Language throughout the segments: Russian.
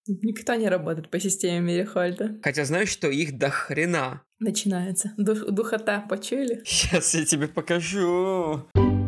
Никто не работает по системе Мерихольда. Хотя знаешь, что их до хрена. Начинается. Духота, почуяли? Сейчас я тебе покажу.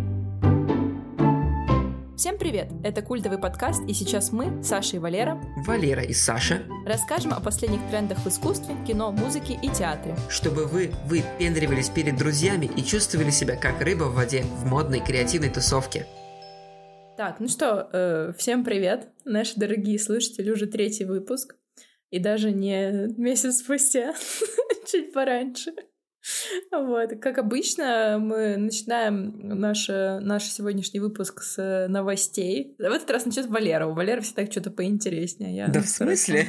Всем привет! Это культовый подкаст, и сейчас мы, Саша и Валера, Валера и Саша, расскажем о последних трендах в искусстве, кино, музыке и театре. Чтобы вы выпендривались перед друзьями и чувствовали себя как рыба в воде в модной креативной тусовке. Так, ну что, всем привет, наши дорогие слушатели, уже 3-й выпуск, и даже не месяц спустя, чуть пораньше. Вот, как обычно, мы начинаем наш сегодняшний выпуск с новостей. В этот раз начнет Валера. У Валеры всегда что-то поинтереснее. Да в смысле?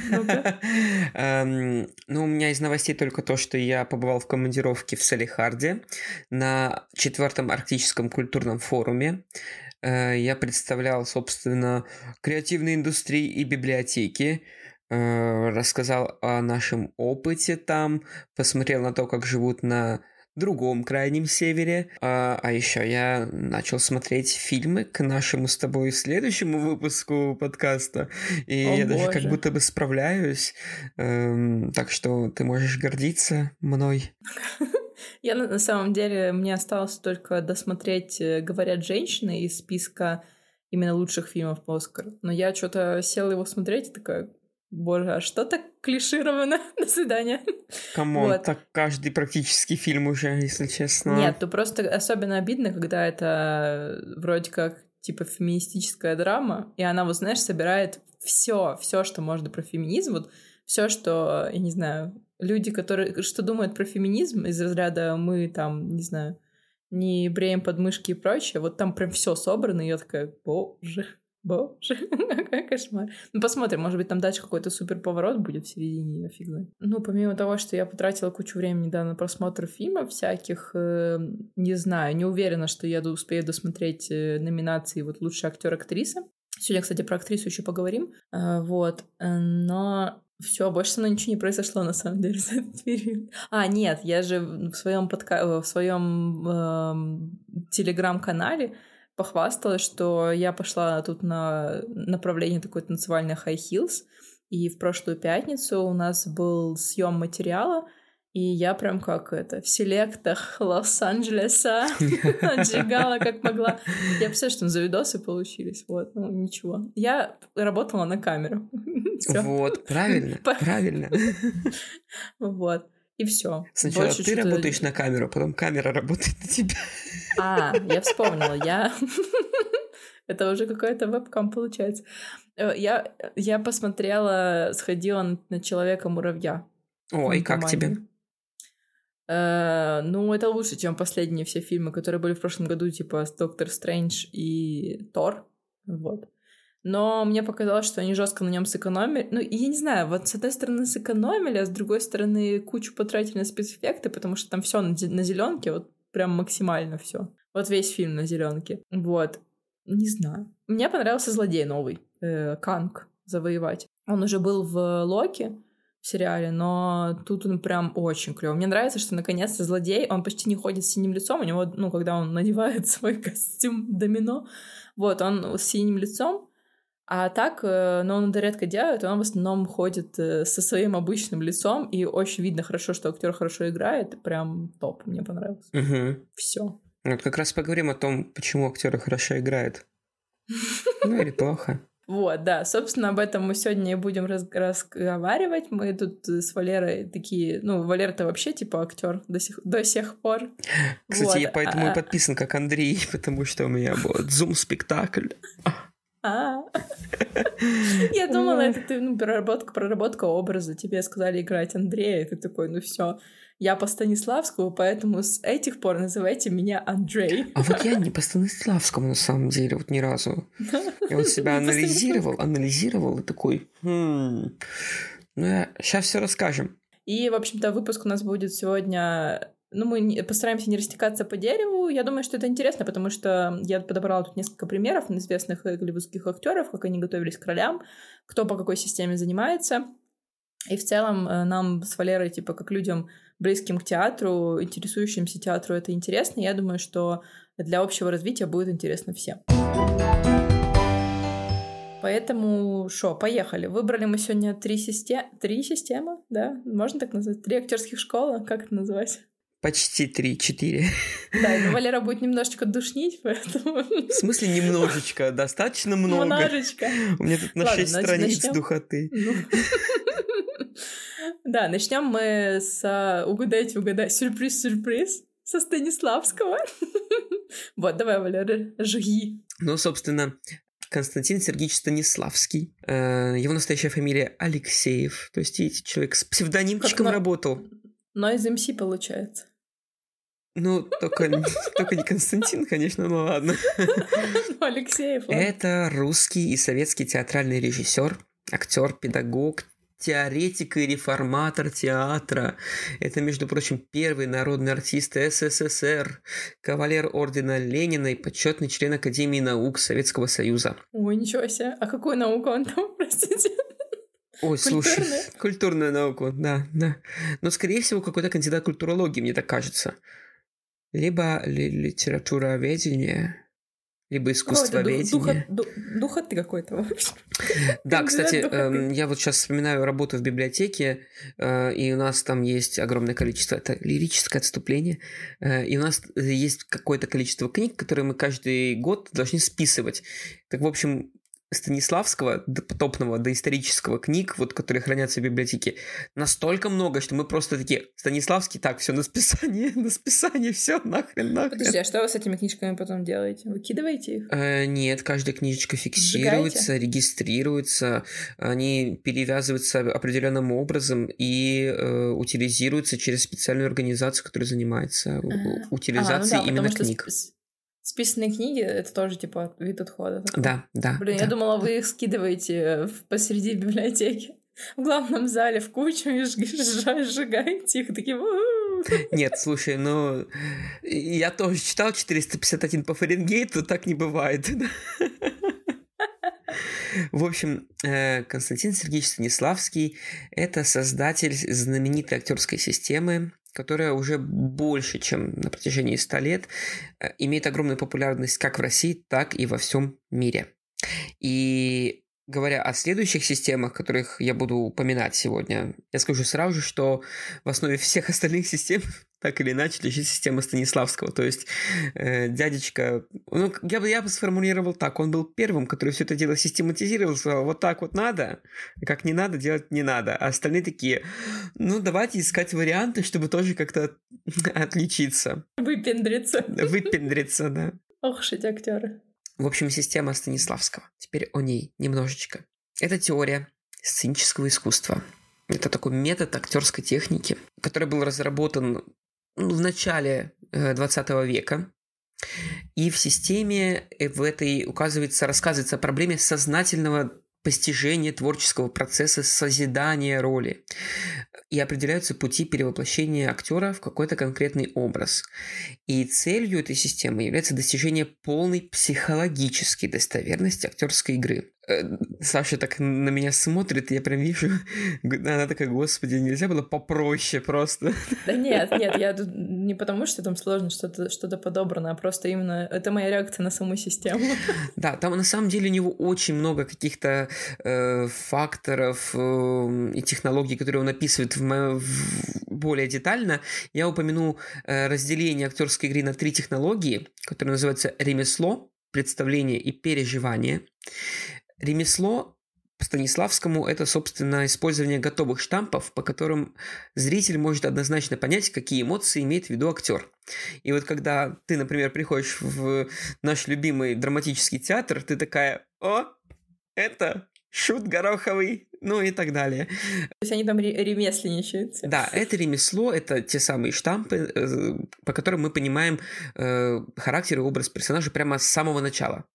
Ну, у меня из новостей только то, что я побывал в командировке в Салехарде на 4-м арктическом культурном форуме. Я представлял, собственно, креативные индустрии и библиотеки. Рассказал о нашем опыте там, посмотрел на то, как живут на другом крайнем севере. А еще я начал смотреть фильмы к нашему с тобой следующему выпуску подкаста. И я даже как будто бы справляюсь. Так что ты можешь гордиться мной. Я на самом деле, мне осталось только досмотреть «Говорят женщины» из списка именно лучших фильмов по Оскару. Но я что-то села его смотреть и такая... Боже, а что так клишировано? До свидания. Камон, вот. Так каждый практически фильм уже, если честно. Нет, ну просто особенно обидно, когда это вроде как типа феминистическая драма, и она, вот знаешь, собирает все, что можно про феминизм, вот все, что, я не знаю, люди, которые, что думают про феминизм из разряда мы там, не знаю, не бреем подмышки и прочее, вот там прям все собрано, и я такая, боже, какой кошмар. Ну, посмотрим, может быть, там дальше какой-то супер поворот будет в середине, фиг знает. Ну, помимо того, что я потратила кучу времени, да, на просмотр фильмов всяких, не знаю, не уверена, что я успею досмотреть номинации вот «Лучший актер, актриса». Сегодня, кстати, про актрису еще поговорим. Вот, но... Все, больше со мной ничего не произошло, на самом деле, за этот период. Нет, я же в своем телеграм-канале похвасталась, что я пошла тут на направление такое танцевальное high heels, и в прошлую пятницу у нас был съем материала, и я прям как в селектах Лос-Анджелеса отжигала как могла. Я представляю, что за видосы получились. Вот, ну ничего. Я работала на камеру. Вот, правильно. Вот. И все. Сначала ты работаешь на камеру, потом камера работает на тебя. Я вспомнила. Это уже какой-то вебкам получается. Я посмотрела, сходила на Человека-муравья. Ой, как тебе? Ну, это лучше, чем последние все фильмы, которые были в прошлом году, типа «Доктор Стрэндж» и «Тор». Вот. Но мне показалось, что они жестко на нем сэкономили. Ну, я не знаю, вот с одной стороны сэкономили, а с другой стороны кучу потратили на спецэффекты, потому что там все на зеленке, вот прям максимально все. Вот весь фильм на зеленке. Вот. Не знаю. Мне понравился злодей новый. Канг завоевать. Он уже был в «Локи», в сериале, но тут он прям очень клёвый. Мне нравится, что наконец-то злодей, он почти не ходит с синим лицом, у него, ну, когда он надевает свой костюм домино, вот, он с синим лицом, а так, но он это редко делает, он в основном ходит со своим обычным лицом, и очень видно хорошо, что актер хорошо играет, прям топ, мне понравилось. Все. Вот как раз поговорим о том, почему актеры хорошо играют. Ну или плохо. Вот, да, собственно, об этом мы сегодня и будем разговаривать. Мы тут с Валерой такие... Ну, Валера-то вообще, типа, актер до сих пор. Кстати, вот. Я поэтому и подписан как Андрей, потому что у меня был Zoom-спектакль. Я думала, это ты, проработка образа. Тебе сказали играть Андрея, и ты такой, ну все. Я по Станиславскому, поэтому с этих пор называйте меня Андрей. А вот я не по Станиславскому, на самом деле, вот ни разу. Я вот себя анализировал и такой, ну, сейчас все расскажем. И, в общем-то, выпуск у нас будет сегодня... Ну, мы постараемся не растекаться по дереву. Я думаю, что это интересно, потому что я подобрала тут несколько примеров известных голливудских актеров, как они готовились к ролям, кто по какой системе занимается. И в целом нам с Валерой, типа, как людям близким к театру, интересующимся театру, это интересно. Я думаю, что для общего развития будет интересно всем. Поэтому, поехали. Выбрали мы сегодня 3 системы, да? Можно так назвать? 3 актерских школы, как это называть? Почти 3-4. Да, но Валера будет немножечко душнить, поэтому... В смысле немножечко? Достаточно много. Немножечко. У меня тут на 6 страниц духоты. Да, начнем мы с угадайте, сюрприз со Станиславского. Вот, давай, Валера, жги. Ну, собственно, Константин Сергеевич Станиславский. Его настоящая фамилия Алексеев. То есть, видите, человек с псевдонимчиком работал. Но из МС получается. Ну, только не Константин, конечно, ну ладно. Алексеев. Это русский и советский театральный режиссер, актер, педагог, теоретик и реформатор театра. Это, между прочим, первый народный артист СССР, кавалер ордена Ленина и почетный член Академии наук Советского Союза. Ой, ничего себе. А какую науку он там, простите? Ой, слушай, культурную науку, да. Но, скорее всего, какой-то кандидат культурологии, мне так кажется. Либо литературоведение, либо искусствоведение. Духоты какой-то, в общем. Да, кстати, я вот сейчас вспоминаю работу в библиотеке, и у нас там есть огромное количество, это лирическое отступление, и у нас есть какое-то количество книг, которые мы каждый год должны списывать. Так, в общем, Станиславского, потопного, доисторического книг, вот, которые хранятся в библиотеке, настолько много, что мы просто такие: Станиславский, так, все на списание, все, нахрен. Подожди, а что вы с этими книжками потом делаете? Выкидываете их? Нет, каждая книжечка фиксируется, регистрируется, они перевязываются определенным образом и утилизируются через специальную организацию, которая занимается утилизацией именно книг. Списанные книги — это тоже, типа, вид отхода. Да. Блин, я думала, вы их скидываете посреди библиотеки, в главном зале, в кучу и сжигаете их, такие... Нет, слушай, ну... Я тоже читал 451 по Фаренгейту, так не бывает. В общем, Константин Сергеевич Станиславский — это создатель знаменитой актерской системы, которая уже больше, чем на протяжении 100 лет, имеет огромную популярность как в России, так и во всем мире. И говоря о следующих системах, которых я буду упоминать сегодня, я скажу сразу же, что в основе всех остальных систем так или иначе лежит система Станиславского. То есть дядечка... Ну, я бы сформулировал так. Он был первым, который все это дело систематизировал, сказал: вот так вот надо, как не надо, делать не надо. А остальные такие: ну, давайте искать варианты, чтобы тоже как-то отличиться. Выпендриться, да. Ох, шить актеры. В общем, система Станиславского. Теперь о ней немножечко. Это теория сценического искусства. Это такой метод актерской техники, который был разработан в начале 20 века. И в системе в этой рассказывается о проблеме сознательного постижения творческого процесса созидания роли. И определяются пути перевоплощения актера в какой-то конкретный образ. И целью этой системы является достижение полной психологической достоверности актерской игры. Саша так на меня смотрит, я прям вижу, она такая: господи, нельзя было попроще просто. Да нет, я тут не потому, что там сложно что-то подобрано, а просто именно это моя реакция на саму систему. Да, там на самом деле у него очень много каких-то факторов и технологий, которые он описывает более детально. Я упомяну разделение актерской игры на 3 технологии, которые называются ремесло, представление и переживание. Ремесло по Станиславскому — это, собственно, использование готовых штампов, по которым зритель может однозначно понять, какие эмоции имеет в виду актер. И вот когда ты, например, приходишь в наш любимый драматический театр, ты такая: о, это шут гороховый, ну и так далее. То есть они там ремесленничают. Да, это ремесло, это те самые штампы, по которым мы понимаем характер и образ персонажа прямо с самого начала.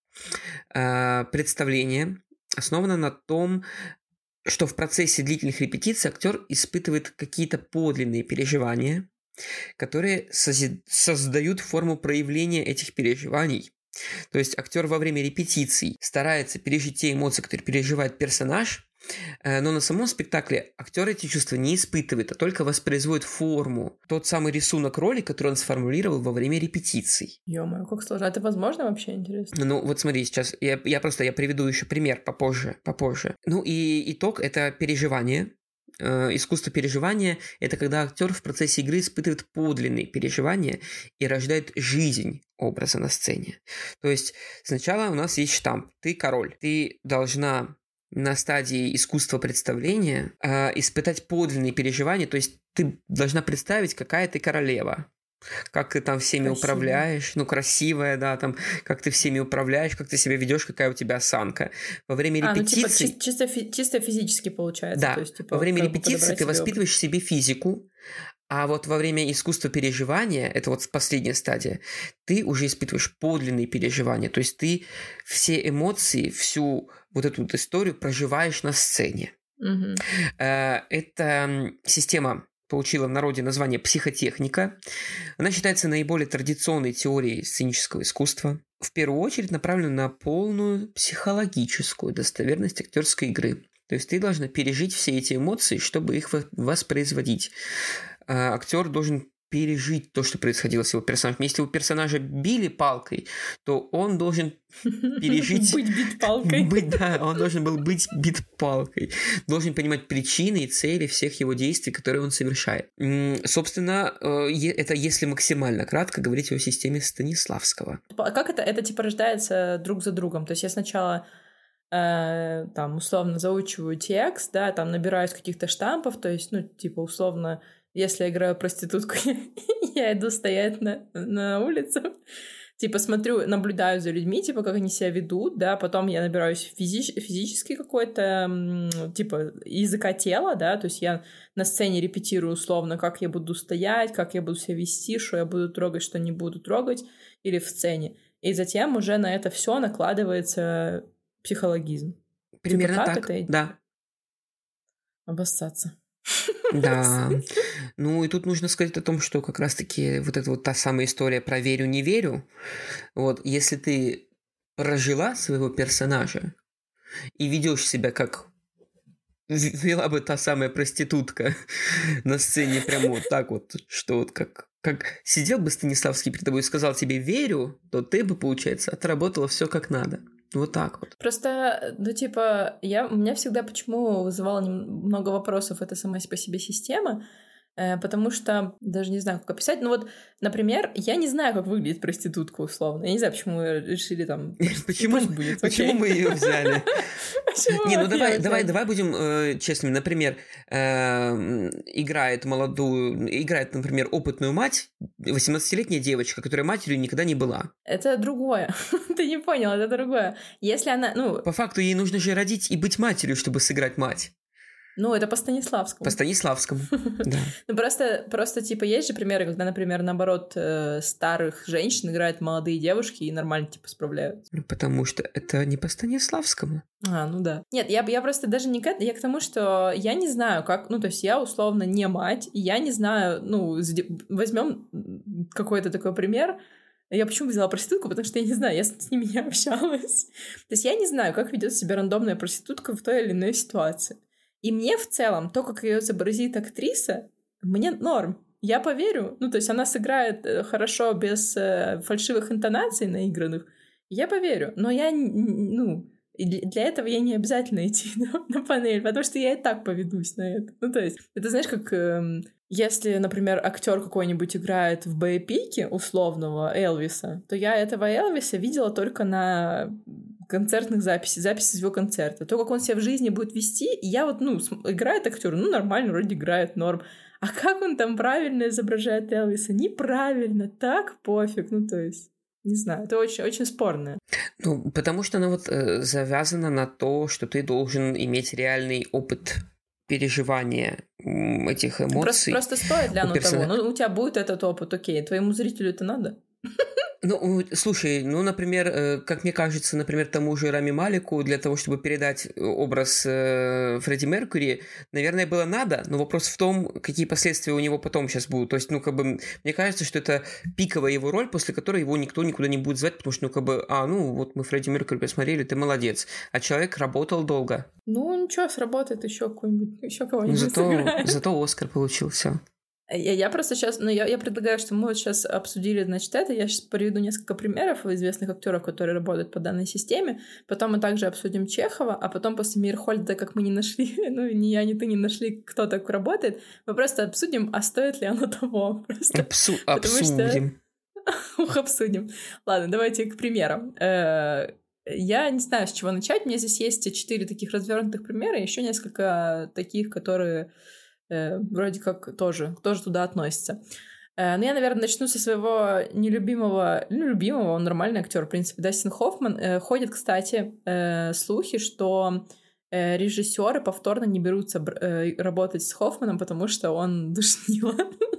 Представление основано на том, что в процессе длительных репетиций актер испытывает какие-то подлинные переживания, которые создают форму проявления этих переживаний. То есть актер во время репетиций старается пережить те эмоции, которые переживает персонаж, Но на самом спектакле актер эти чувства не испытывает, а только воспроизводит форму, тот самый рисунок роли, который он сформулировал во время репетиций. Ё-моё, как сложно. А это возможно вообще, интересно? Ну, вот смотри, сейчас я приведу еще пример попозже. Ну, и итог — это переживание. Искусство переживания — это когда актер в процессе игры испытывает подлинные переживания и рождает жизнь образа на сцене. То есть сначала у нас есть штамп. Ты король. Ты должна на стадии искусства представления испытать подлинные переживания. То есть ты должна представить, какая ты королева. Как ты там всеми управляешь, красивая, да, там, как ты всеми управляешь, как ты себя ведешь, какая у тебя осанка. Во время репетиции... чисто физически получается. Да, то есть, во время репетиции ты воспитываешь в себе физику, а вот во время искусства переживания, это вот последняя стадия, ты уже испытываешь подлинные переживания, то есть ты все эмоции, всю вот эту вот историю проживаешь на сцене. Угу. Эта система получила в народе название психотехника. Она считается наиболее традиционной теорией сценического искусства. В первую очередь направлена на полную психологическую достоверность актерской игры. То есть ты должна пережить все эти эмоции, чтобы их воспроизводить. Актер должен пережить то, что происходило с его персонажем. Если его персонажа били палкой, то он должен пережить... Быть бит палкой. Он должен был быть бит палкой. Должен понимать причины и цели всех его действий, которые он совершает. Собственно, это если максимально кратко говорить о системе Станиславского. А как это? Это типа рождается друг за другом? То есть я сначала... там, условно, заучиваю текст, да, там, набираюсь каких-то штампов, то есть, условно, если я играю проститутку, я иду стоять на улицу, смотрю, наблюдаю за людьми, как они себя ведут, да, потом я набираюсь физически какой-то, языка тела, да, то есть я на сцене репетирую условно, как я буду стоять, как я буду себя вести, что я буду трогать, что не буду трогать, или в сцене. И затем уже на это все накладывается психологизм. Примерно так, да. Обоссаться. Да. Ну, и тут нужно сказать о том, что как раз-таки вот эта вот та самая история про верю, не верю. Вот, если ты прожила своего персонажа и ведешь себя как вела бы та самая проститутка на сцене прямо вот так вот, что вот как сидел бы Станиславский перед тобой и сказал тебе «верю», то ты бы, получается, отработала все как надо. Вот так вот. Просто, у меня всегда почему вызывало много вопросов эта сама по себе система, потому что, даже не знаю, как описать, например, я не знаю, как выглядит проститутка, условно. Я не знаю, почему мы решили там... Почему мы ее взяли? Не, ну давай будем честными. Например, играет, например, опытную мать, 18-летняя девочка, которая матерью никогда не была. Это другое. Ты не понял, это другое. Если она, По факту ей нужно же родить и быть матерью, чтобы сыграть мать. Это по Станиславскому. По Станиславскому, да. Просто, есть же примеры, когда, например, наоборот, старых женщин играют молодые девушки и нормально, справляются. Потому что это не по Станиславскому. Ну да. Нет, я просто даже не к я к тому, что я не знаю, как... то есть я, условно, не мать, и я не знаю, возьмем какой-то такой пример. Я почему взяла проститутку? Потому что я не знаю, я с ними не общалась. То есть я не знаю, как ведет себя рандомная проститутка в той или иной ситуации. И мне в целом, то, как ее изобразит актриса, мне норм. Я поверю. То есть она сыграет хорошо, без фальшивых интонаций наигранных. Я поверю. Но я, для этого я не обязательно идти на панель, потому что я и так поведусь на это. То есть, это знаешь, как если, например, актер какой-нибудь играет в боепике условного Элвиса, то я этого Элвиса видела только на концертных записи из его концерта. То, как он себя в жизни будет вести, я играет актер, нормально, вроде играет, норм. А как он там правильно изображает Элвиса? Неправильно, так пофиг, то есть... Не знаю, это очень спорно. Потому что она завязана на то, что ты должен иметь реальный опыт переживания этих эмоций. Просто стоит ли оно того? У тебя будет этот опыт, окей, твоему зрителю это надо? Ну, слушай, ну, например, как мне кажется, например, тому же Рами Малику для того, чтобы передать образ Фредди Меркьюри, наверное, было надо, но вопрос в том, какие последствия у него потом сейчас будут. То есть, ну, как бы, мне кажется, что это пиковая его роль, после которой его никто никуда не будет звать, потому что, ну, как бы, ну, вот мы Фредди Меркьюри посмотрели, ты молодец. А человек работал долго. Ну, ничего, сработает еще кого-нибудь сыграет. Зато Оскар получил, все. Я просто сейчас, я предлагаю, что мы вот сейчас обсудили, значит, это. Я сейчас приведу несколько примеров известных актеров, которые работают по данной системе. Потом мы также обсудим Чехова, а потом после Мейерхольда, как мы не нашли, ну, ни я, ни ты не нашли, кто так работает, мы просто обсудим, а стоит ли оно того. Просто. Обсудим. Обсудим. Ладно, давайте к примерам. Я не знаю, с чего начать. У меня здесь есть 4 таких развернутых примера, еще несколько таких, которые... вроде как тоже туда относятся. Но я, наверное, начну со своего нелюбимого, любимого, он нормальный актер, в принципе, Дастин Хоффман. Ходят, кстати, слухи, что режиссеры повторно не берутся работать с Хоффманом, потому что он душнило.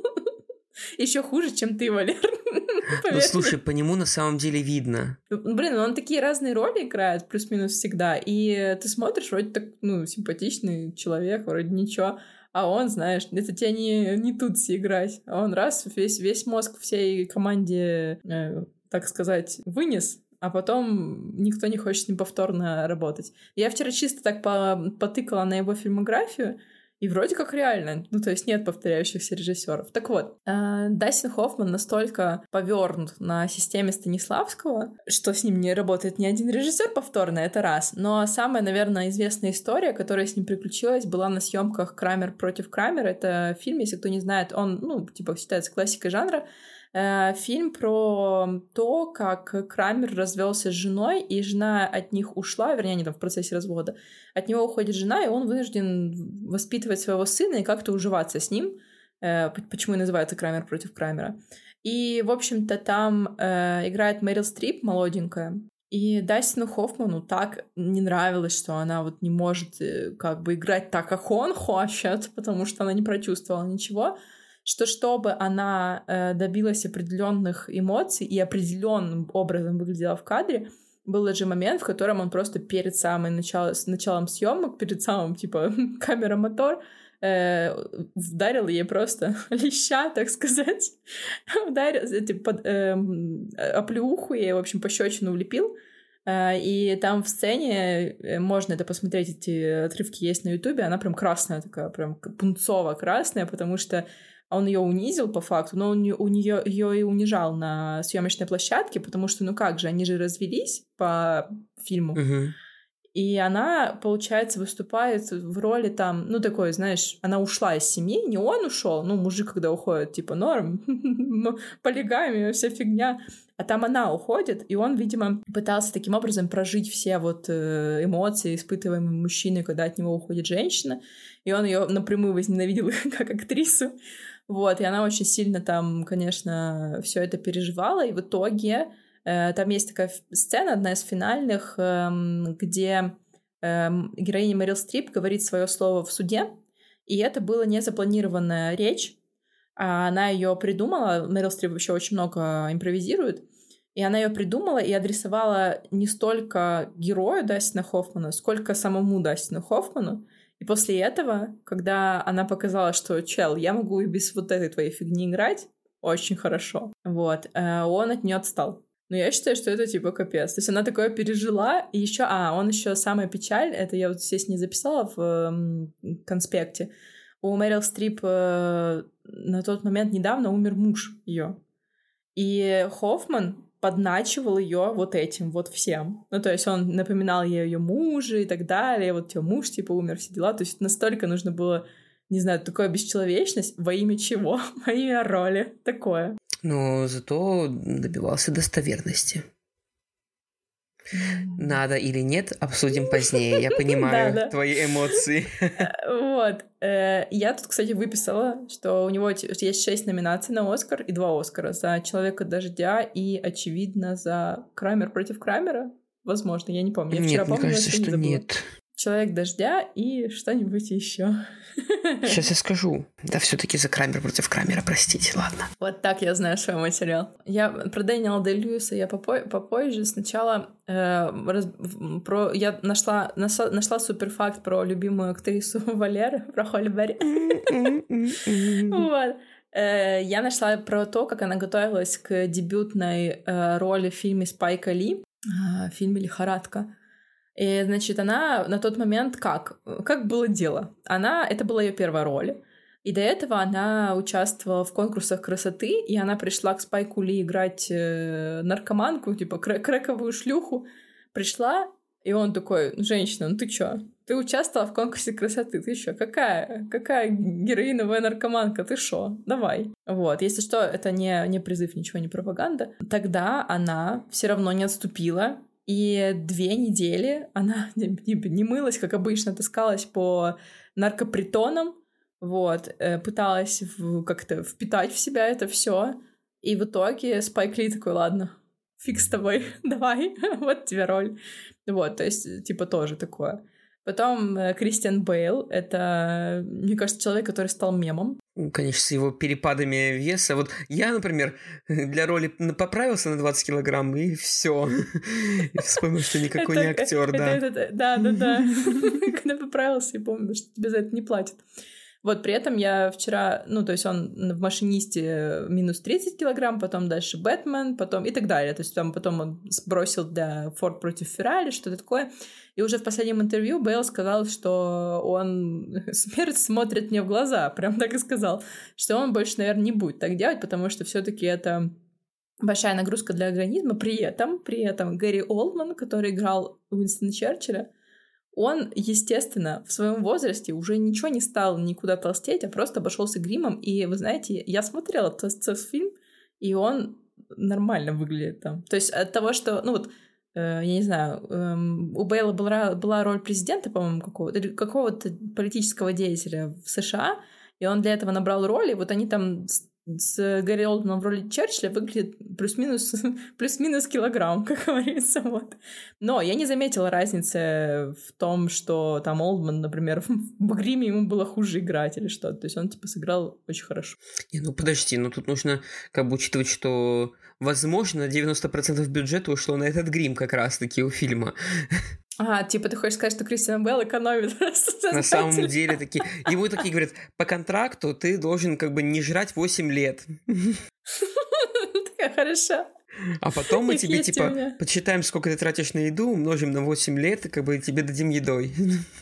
Еще хуже, чем ты, Валер. Ну, слушай, по нему на самом деле видно. Блин, он такие разные роли играет, плюс-минус всегда, и ты смотришь, вроде так, симпатичный человек, вроде ничего, а он, знаешь, это тебе не тутси играть. А он раз весь мозг всей команде, так сказать, вынес, а потом никто не хочет с ним повторно работать. Я вчера чисто так потыкала на его фильмографию, и вроде как реально, то есть нет повторяющихся режиссеров. Так вот, Дастин Хоффман настолько повернут на системе Станиславского, что с ним не работает ни один режиссер повторно, это раз. Но самая, наверное, известная история, которая с ним приключилась, была на съемках «Крамер против Крамера». Это фильм, если кто не знает, он, считается классикой жанра. Фильм про то, как Крамер развелся с женой, и жена от них ушла, вернее, они там в процессе развода. От него уходит жена, и он вынужден воспитывать своего сына и как-то уживаться с ним. Почему и называется «Крамер против Крамера». И, в общем-то, там играет Мэрил Стрип, молоденькая. И Дастину Хоффману так не нравилось, что она вот не может как бы играть так, как он хочет, потому что она не прочувствовала ничего, что чтобы она добилась определенных эмоций и определенным образом выглядела в кадре, был даже момент, в котором он просто перед самым началом съемок, перед самым, камера-мотор, вдарил ей просто леща, так сказать. Вдарил, оплеуху ей, в общем, пощечину влепил. И там в сцене, можно это посмотреть, эти отрывки есть на Ютубе, она прям красная такая, прям пунцово-красная, потому что он ее унизил по факту, но он ее и унижал на съемочной площадке, потому что, они же развелись по фильму. И она, получается, выступает в роли там, такой, знаешь, она ушла из семьи, не он ушел, мужик, когда уходит, норм, полигамия, вся фигня. А там она уходит, и он, видимо, пытался таким образом прожить все эмоции, испытываемые мужчиной, когда от него уходит женщина, и он ее напрямую возненавидел как актрису. И она очень сильно там, конечно, все это переживала, и в итоге там есть такая сцена, одна из финальных, где героиня Мэрил Стрип говорит свое слово в суде, и это была незапланированная речь, она ее придумала, Мэрил Стрип вообще очень много импровизирует, и она ее придумала и адресовала не столько герою Дастина Хоффмана, сколько самому Дастину Хоффману. И после этого, когда она показала, что, чел, я могу и без вот этой твоей фигни играть очень хорошо, он от нее отстал. Но я считаю, что это капец. То есть она такое пережила, и еще, он еще самая печаль, это я здесь не записала в конспекте. У Мэрил Стрип на тот момент недавно умер муж ее. И Хоффман подначивал ее этим всем. То есть он напоминал ей ее мужа и так далее. Ее муж, умер, все дела. То есть настолько нужно было, не знаю, такая бесчеловечность во имя чего? Во имя роли. Такое. Но зато добивался достоверности. Надо или нет, обсудим позднее. Я понимаю твои эмоции. Я тут, кстати, выписала, что у него есть 6 номинаций на Оскар и 2 Оскара за «Человека дождя» и, очевидно, за «Крамер против Крамера». Возможно, я не помню. Я вчера помнила, мне кажется, что нет. Человек дождя и что-нибудь еще. Сейчас я скажу. Да, все-таки за Крамер против Крамера, простите, ладно. Вот так я знаю свой материал. Я про Дэниела Дэ-Льюиса я попозже. Сначала я нашла суперфакт про любимую актрису Валеры, про Холли Берри. Вот. Я нашла про то, как она готовилась к дебютной роли в фильме Спайка Ли, в фильме «Лихорадка». И, значит, она на тот момент как было дело? Это была ее первая роль. И до этого она участвовала в конкурсах красоты, и она пришла к Спайку Ли играть наркоманку, типа крэковую шлюху. Пришла, и он такой: женщина, ну ты чё? Ты участвовала в конкурсе красоты, ты чё? Какая героиновая наркоманка, ты шо? Давай. Вот, если что, это не призыв, ничего, не пропаганда. Тогда она все равно не отступила, и 2 недели она не мылась, как обычно, таскалась по наркопритонам, вот, пыталась как-то впитать в себя это все. И в итоге Спайк Ли такой: ладно, фиг с тобой, давай, вот тебе роль. Вот, то есть, типа, тоже такое. Потом Кристиан Бейл — это, мне кажется, человек, который стал мемом. Конечно, с его перепадами веса. Вот я, например, для роли поправился на 20 килограмм, и все. Вспомнил, что никакой не актер, да. Да. Когда поправился, я помню, что тебе за это не платят. Вот, при этом я вчера, то есть он в «Машинисте» минус 30 килограмм, потом дальше «Бэтмен», потом и так далее. То есть там потом он сбросил для «Форд против Феррари», что-то такое. И уже в последнем интервью Бейл сказал, что он смерть смотрит мне в глаза, прям так и сказал, что он больше, наверное, не будет так делать, потому что все-таки это большая нагрузка для организма. При этом Гэри Олдман, который играл Уинстона Черчилля, он, естественно, в своем возрасте уже ничего не стал никуда толстеть, а просто обошелся гримом. И, вы знаете, я смотрела этот фильм, и он нормально выглядит там. То есть от того, что, я не знаю, у Бейла была роль президента, по-моему, какого-то политического деятеля в США, и он для этого набрал роли. Вот они там с Гэри Олдманом в роли Черчилля выглядит плюс-минус килограмм, как говорится. Вот. Но я не заметила разницы в том, что там Олдман, например, в гриме ему было хуже играть или что-то. То есть он типа сыграл очень хорошо. Подожди, тут нужно как бы учитывать, что, возможно, 90% бюджета ушло на этот грим как раз-таки у фильма. Типа ты хочешь сказать, что Кристиан Бейл экономит просто? На самом деле, ему такие говорят: по контракту ты должен как бы не жрать 8 лет. Хорошо. А потом мы тебе, типа, подсчитаем, сколько ты тратишь на еду, умножим на 8 лет, и как бы тебе дадим едой.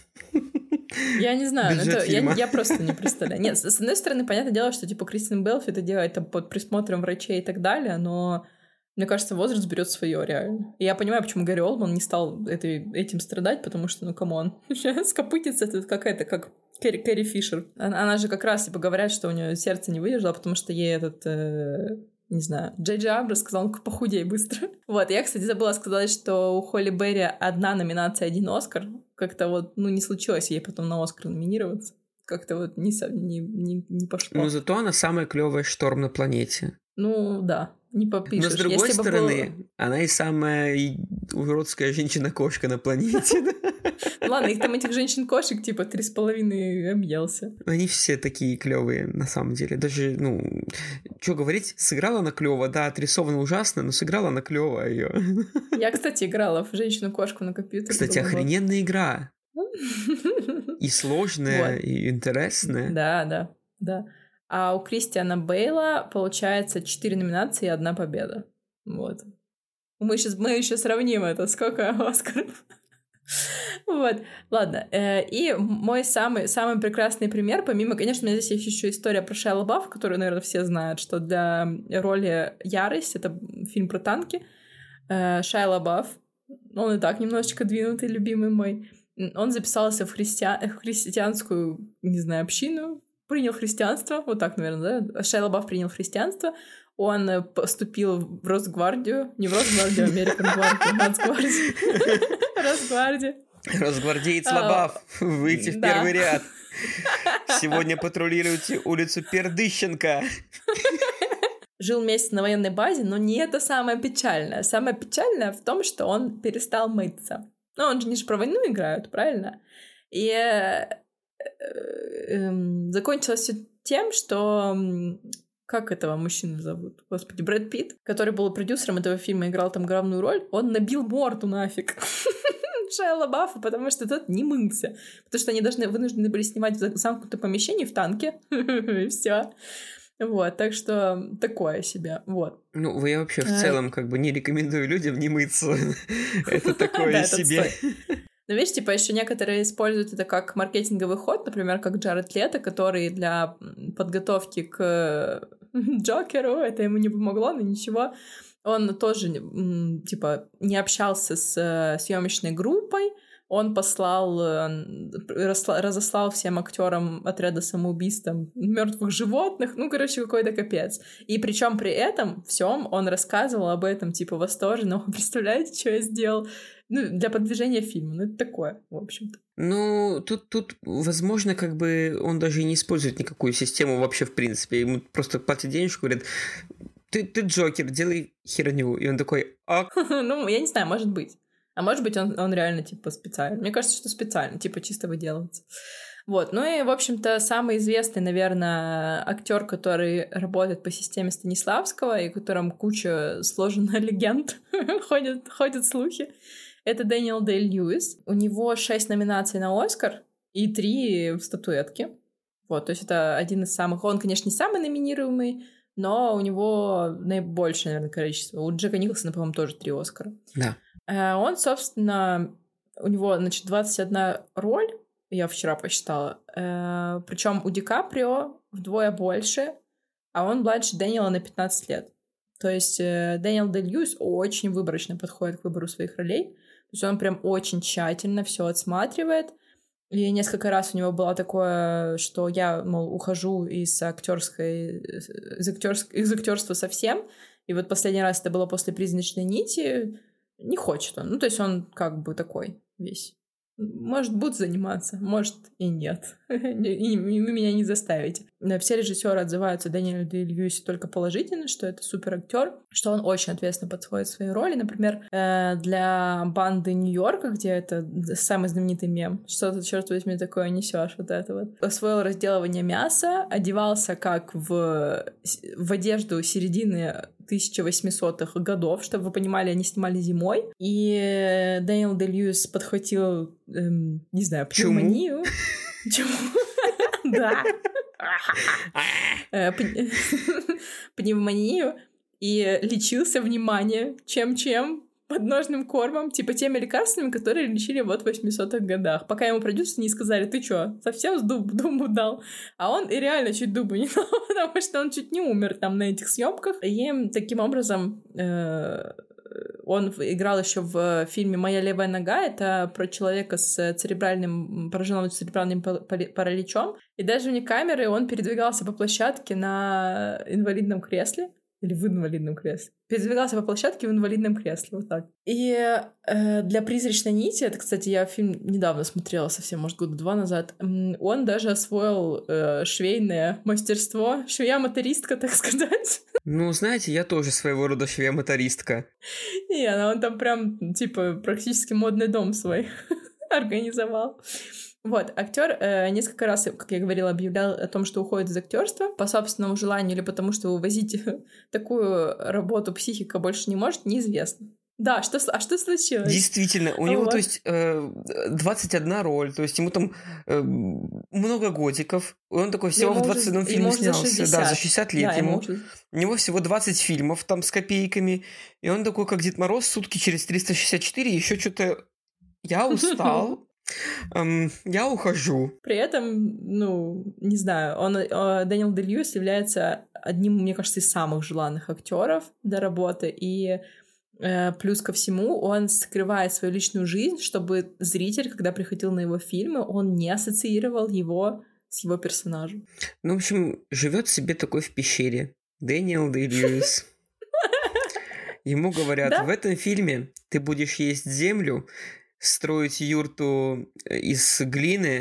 Я не знаю, я просто не представляю. Нет, с одной стороны, понятное дело, что, типа, Кристиан Бейл все это делает там под присмотром врачей и так далее, но мне кажется, возраст берет свое реально. И я понимаю, почему Гэри Олдман не стал этим страдать, потому что, камон, скопытится это как Кэрри Фишер. Она же как раз, типа, говорят, что у нее сердце не выдержало, потому что ей не знаю, Джей Джей Абрамс сказал: похудей быстро. Вот, я, кстати, забыла сказать, что у Холли Берри 1 номинация, 1 Оскар. Как-то не случилось ей потом на Оскар номинироваться. Как-то не пошло. Но зато она самая клевая шторм на планете. Да, не попишешь. Но с другой стороны, она и самая уродская женщина-кошка на планете. Ладно, их там, этих женщин-кошек, типа 3,5 объелся. Они все такие клевые, на самом деле. Даже, что говорить, сыграла она клево, да, отрисована ужасно, но сыграла она клево ее. Я, кстати, играла в женщину-кошку на компьютере. Кстати, охрененная игра. И сложная, и интересная. Да. А у Кристиана Бейла, получается, 4 номинации и 1 победа. Вот. Мы еще сравним это. Сколько Оскаров? Вот, ладно. И мой самый прекрасный пример, помимо, конечно, у меня здесь есть еще история про Шайа Лабафа, которую, наверное, все знают, что для роли «Ярость», это фильм про танки, Шайа Лабаф, он и так немножечко двинутый, любимый мой, он записался в христианскую, не знаю, общину, принял христианство, вот так, наверное, да? Шайа Лабаф принял христианство, он поступил в Росгвардию, не в Росгвардию, а Американ Гвардию, Нацгвардию. Росгвардию. Росгвардеец Лабаф, выйти в первый ряд. Сегодня патрулируйте улицу Пердыщенко. Жил месяц на военной базе, но не это самое печальное. Самое печальное в том, что он перестал мыться. Ну, он же не же про войну играют, правильно? И закончилось все тем, что... Как этого мужчину зовут? Господи, Брэд Питт, который был продюсером этого фильма, играл там главную роль, он набил морду нафиг Шайа Лабафа, потому что тот не мылся. Потому что они вынуждены были снимать в замкнутом помещении в танке. И все. Вот, так что такое себе, вот. Ну, я вообще в целом как бы не рекомендую людям не мыться. Это такое себе. Но видишь, типа еще некоторые используют это как маркетинговый ход, например, как Джаред Лето, который для подготовки к Джокеру, это ему не помогло, но ничего, он тоже, типа, не общался с съемочной группой, он разослал всем актерам отряда самоубийств мертвых животных, ну, короче, какой-то капец. И причем при этом всем он рассказывал об этом, типа, восторженно. Представляете, что я сделал? Ну, для продвижения фильма. Ну, это такое, в общем-то. Ну, тут, возможно, как бы он даже и не использует никакую систему вообще, в принципе. Ему просто платят денежку, говорят, ты Джокер, делай херню. И он такой, Ну, я не знаю, может быть. А может быть, он реально, типа, специально. Мне кажется, что специально, типа, чисто выделывается. Вот. Ну и, в общем-то, самый известный, наверное, актер, который работает по системе Станиславского, и которым куча сложных легенд ходят слухи, это Дэниел Дэй-Льюис. У него 6 номинаций на Оскар и 3 статуэтки. Вот, то есть это один из самых... Он, конечно, не самый номинируемый, но у него наибольшее, наверное, количество. У Джека Николсона, по-моему, тоже 3 Оскара. Да. Он, собственно, у него, значит, 21 роль, я вчера посчитала, причем у Ди Каприо вдвое больше, а он младше Дэниела на 15 лет. То есть Дэниел Дэй-Льюис очень выборочно подходит к выбору своих ролей, то есть он прям очень тщательно все отсматривает, и несколько раз у него было такое, что я, мол, ухожу из актерства совсем, и вот последний раз это было после «Призрачной нити», не хочет он. Ну, то есть он как бы такой весь. Может, будет заниматься, может и нет. И вы меня не заставите. Все режиссеры отзываются о Дэниеле Дэй-Льюисе только положительно, что это супер актер, что он очень ответственно подходит к своей роли. Например, для банды Нью-Йорка, где это самый знаменитый мем, что ты, черт возьми, такое несешь, вот это вот. Освоил разделывание мяса, одевался как в одежду середины 1800-х годов, чтобы вы понимали, они снимали зимой. И Дэниел Дэй-Льюис подхватил, не знаю, пневмонию. Чему? Да. Пневмонию. И лечился, внимание, чем? Подножным кормом, типа теми лекарствами, которые лечили вот в 800-х годах. Пока ему продюсеры не сказали, ты чё, совсем с дубу дал? А он и реально чуть дубу не дал, потому что он чуть не умер там на этих съемках. И таким образом он играл еще в фильме «Моя левая нога». Это про человека с пораженным церебральным параличом. И даже вне камеры он передвигался по площадке на инвалидном кресле. Или в инвалидном кресле. Передвигался по площадке в инвалидном кресле, вот так. И для «Призрачной нити», это, кстати, я фильм недавно смотрела, совсем, может, года 2 назад, он даже освоил швейное мастерство, швея-мотористка, так сказать. Ну, знаете, я тоже своего рода швея-мотористка. И он там прям, типа, практически модный дом свой организовал. Вот, актер несколько раз, как я говорила, объявлял о том, что уходит из актерства по собственному желанию или потому, что вывозить такую работу психика больше не может, неизвестно. Да, что случилось? Действительно, у него, то есть, 21 роль, то есть ему там много годиков, он такой всего в 21 фильме снялся. Да, за 60 лет ему. У него всего 20 фильмов там с копейками, и он такой, как Дед Мороз, сутки через 364, еще что-то я устал. Я ухожу. При этом, ну, не знаю, Дэниел Дэй-Льюис является одним, мне кажется, из самых желанных актеров для работы, и плюс ко всему он скрывает свою личную жизнь, чтобы зритель, когда приходил на его фильмы, он не ассоциировал его с его персонажем. Ну, в общем, живет себе такой в пещере Дэниел Дэй-Льюис. Ему говорят, в этом фильме ты будешь есть землю, строить юрту из глины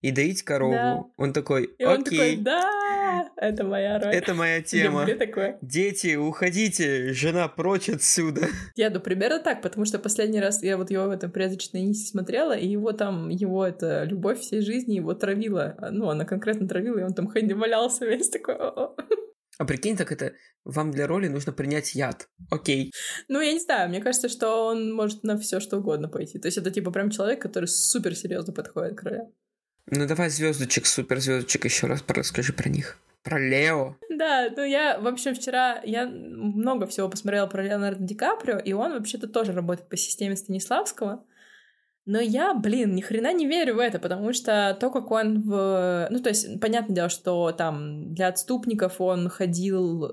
и доить корову. Да. Он такой, И он такой, окей, да, это моя роль. это моя тема. Люблю такое. Дети, уходите, жена прочь отсюда. Я, примерно так, потому что последний раз я вот его в этом «Призрачной Нисе» смотрела, и его эта любовь всей жизни его травила. Ну, она конкретно травила, и он там валялся весь такой. О-о. А прикинь, так это, вам для роли нужно принять яд. Окей. Ну, я не знаю, мне кажется, что он может на все что угодно пойти. То есть это типа прям человек, который супер серьезно подходит к роли. Ну давай суперзвездочек еще раз расскажи про них. Про Лео. Да, ну я, в общем, вчера я много всего посмотрела про Леонардо Ди Каприо, и он вообще-то тоже работает по системе Станиславского. Но я, ни хрена не верю в это, потому что то, как он Ну, то есть, понятное дело, что там для отступников он ходил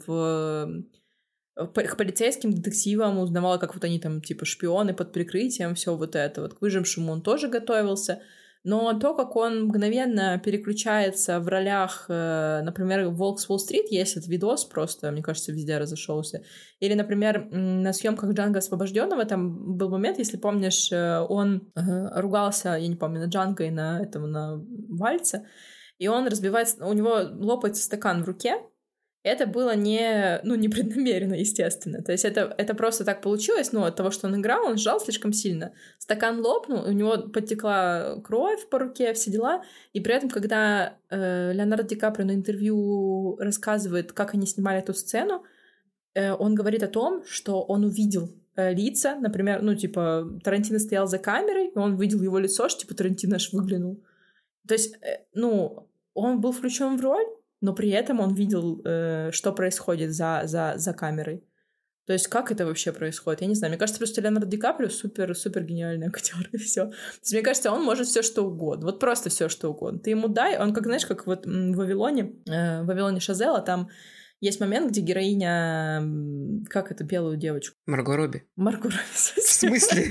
к полицейским детективам, узнавал, как вот они там, типа, шпионы под прикрытием, все вот это. Вот к «Выжившему» он тоже готовился. Но то, как он мгновенно переключается в ролях, например, в «Волк с Уолл-стрит», есть этот видос просто, мне кажется, везде разошелся. Или, например, на съемках «Джанго освобожденного» там был момент, если помнишь, он ругался, я не помню, на Джанго и на Вальце, и он разбивается, у него лопается стакан в руке. Это было непреднамеренно, естественно. То есть это просто так получилось, от того, что он играл, он сжал слишком сильно. Стакан лопнул, у него подтекла кровь по руке, все дела. И при этом, когда Леонардо Ди Каприо на интервью рассказывает, как они снимали эту сцену, он говорит о том, что он увидел лица, например, Тарантино стоял за камерой, и он видел его лицо, что Тарантино аж выглянул. То есть, он был включен в роль, но при этом он видел, что происходит за камерой. То есть как это вообще происходит? Я не знаю. Мне кажется, просто Леонардо Ди Каприо супер гениальный актер, и все. То есть, мне кажется, он может все что угодно. Вот просто все что угодно. Ты ему дай, он как вот в «Вавилоне» Шазела, там есть момент, где героиня... Как это, белую девочку? Марго Робби. Марго Робби. В смысле?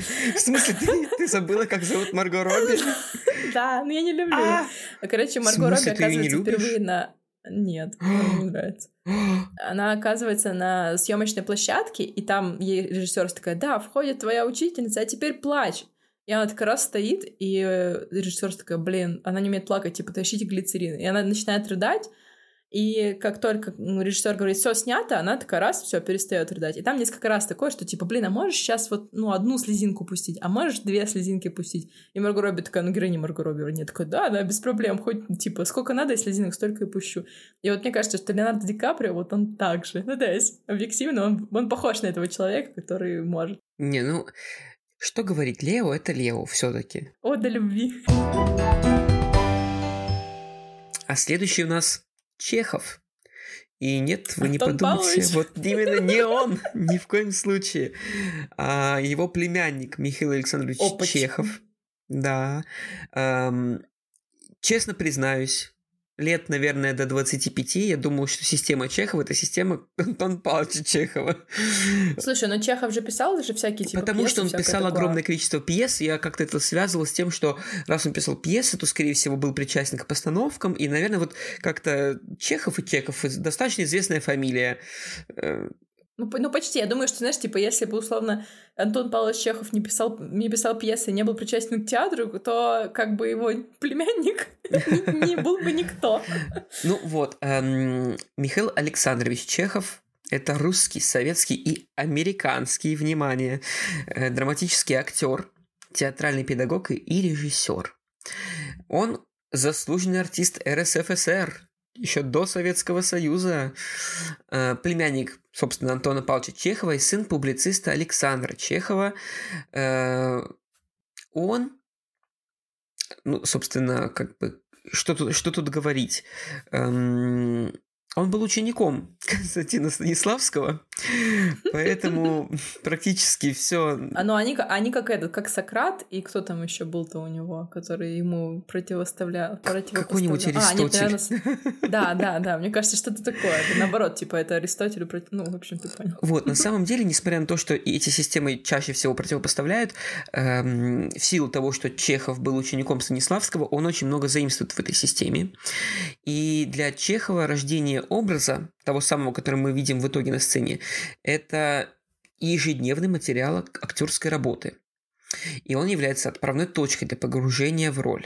Ты забыла, как зовут Марго Робби? Да, но я не люблю. Короче, Марго Робби оказывается впервые на... Нет, мне не нравится. Она оказывается на съемочной площадке, и там ей режиссер такая: да, входит твоя учительница, а теперь плачь. И она такая раз стоит, и режиссер такая: она не умеет плакать, типа, тащите глицерин. И она начинает рыдать, и как только режиссер говорит: все снято, она такая раз, все, перестает рыдать. И там несколько раз такое, что типа, а можешь сейчас одну слезинку пустить, а можешь 2 слезинки пустить? И Марго Робби такая: героиня Марго Робби нет, такая: да, без проблем, хоть типа сколько надо слезинок, столько и пущу. И вот мне кажется, что Леонардо Ди Каприо, вот он так же. Ну, то есть, объективно, он похож на этого человека, который может. Не, что говорить, Лео — это Лео все-таки. Ода любви. А следующий у нас Чехов. И нет, вы не Антон подумайте, Павлович. вот именно не он, ни в коем случае, а его племянник Михаил Александрович Чехов. Да. Честно признаюсь, лет, наверное, до 25 я думал, что система Чехова — это система Антона Павловича Чехова. Слушай, но Чехов же писал же всякие типа Потому пьесы, что он писал огромное количество пьес, я как-то это связывал с тем, что раз он писал пьесы, то, скорее всего, был причастен к постановкам, и, наверное, вот как-то Чехов достаточно известная фамилия. Ну, почти. Я думаю, что, знаешь, типа, если бы, условно, Антон Павлович Чехов не писал пьесы и не был причастен к театру, то как бы его племянник не был бы никто. Ну вот, Михаил Александрович Чехов — это русский, советский и американский, внимание, драматический актер, театральный педагог и режиссер. Он заслуженный артист РСФСР, еще до Советского Союза, племянник, собственно, Антона Павловича Чехова и сын публициста Александра Чехова. Он, собственно, как бы, что тут говорить? Он был учеником Константина Станиславского, поэтому практически все. Они как Сократ, и кто там еще был-то у него, который ему противопоставлял. Какой-нибудь Аристотель. Да, мне кажется, что-то такое. Это наоборот, типа, это Аристотелю в общем, ты понял. Вот, на самом деле, несмотря на то, что эти системы чаще всего противопоставляют, в силу того, что Чехов был учеником Станиславского, он очень много заимствует в этой системе. И для Чехова рождение образа, того самого, который мы видим в итоге на сцене, это ежедневный материал актерской работы. И он является отправной точкой для погружения в роль.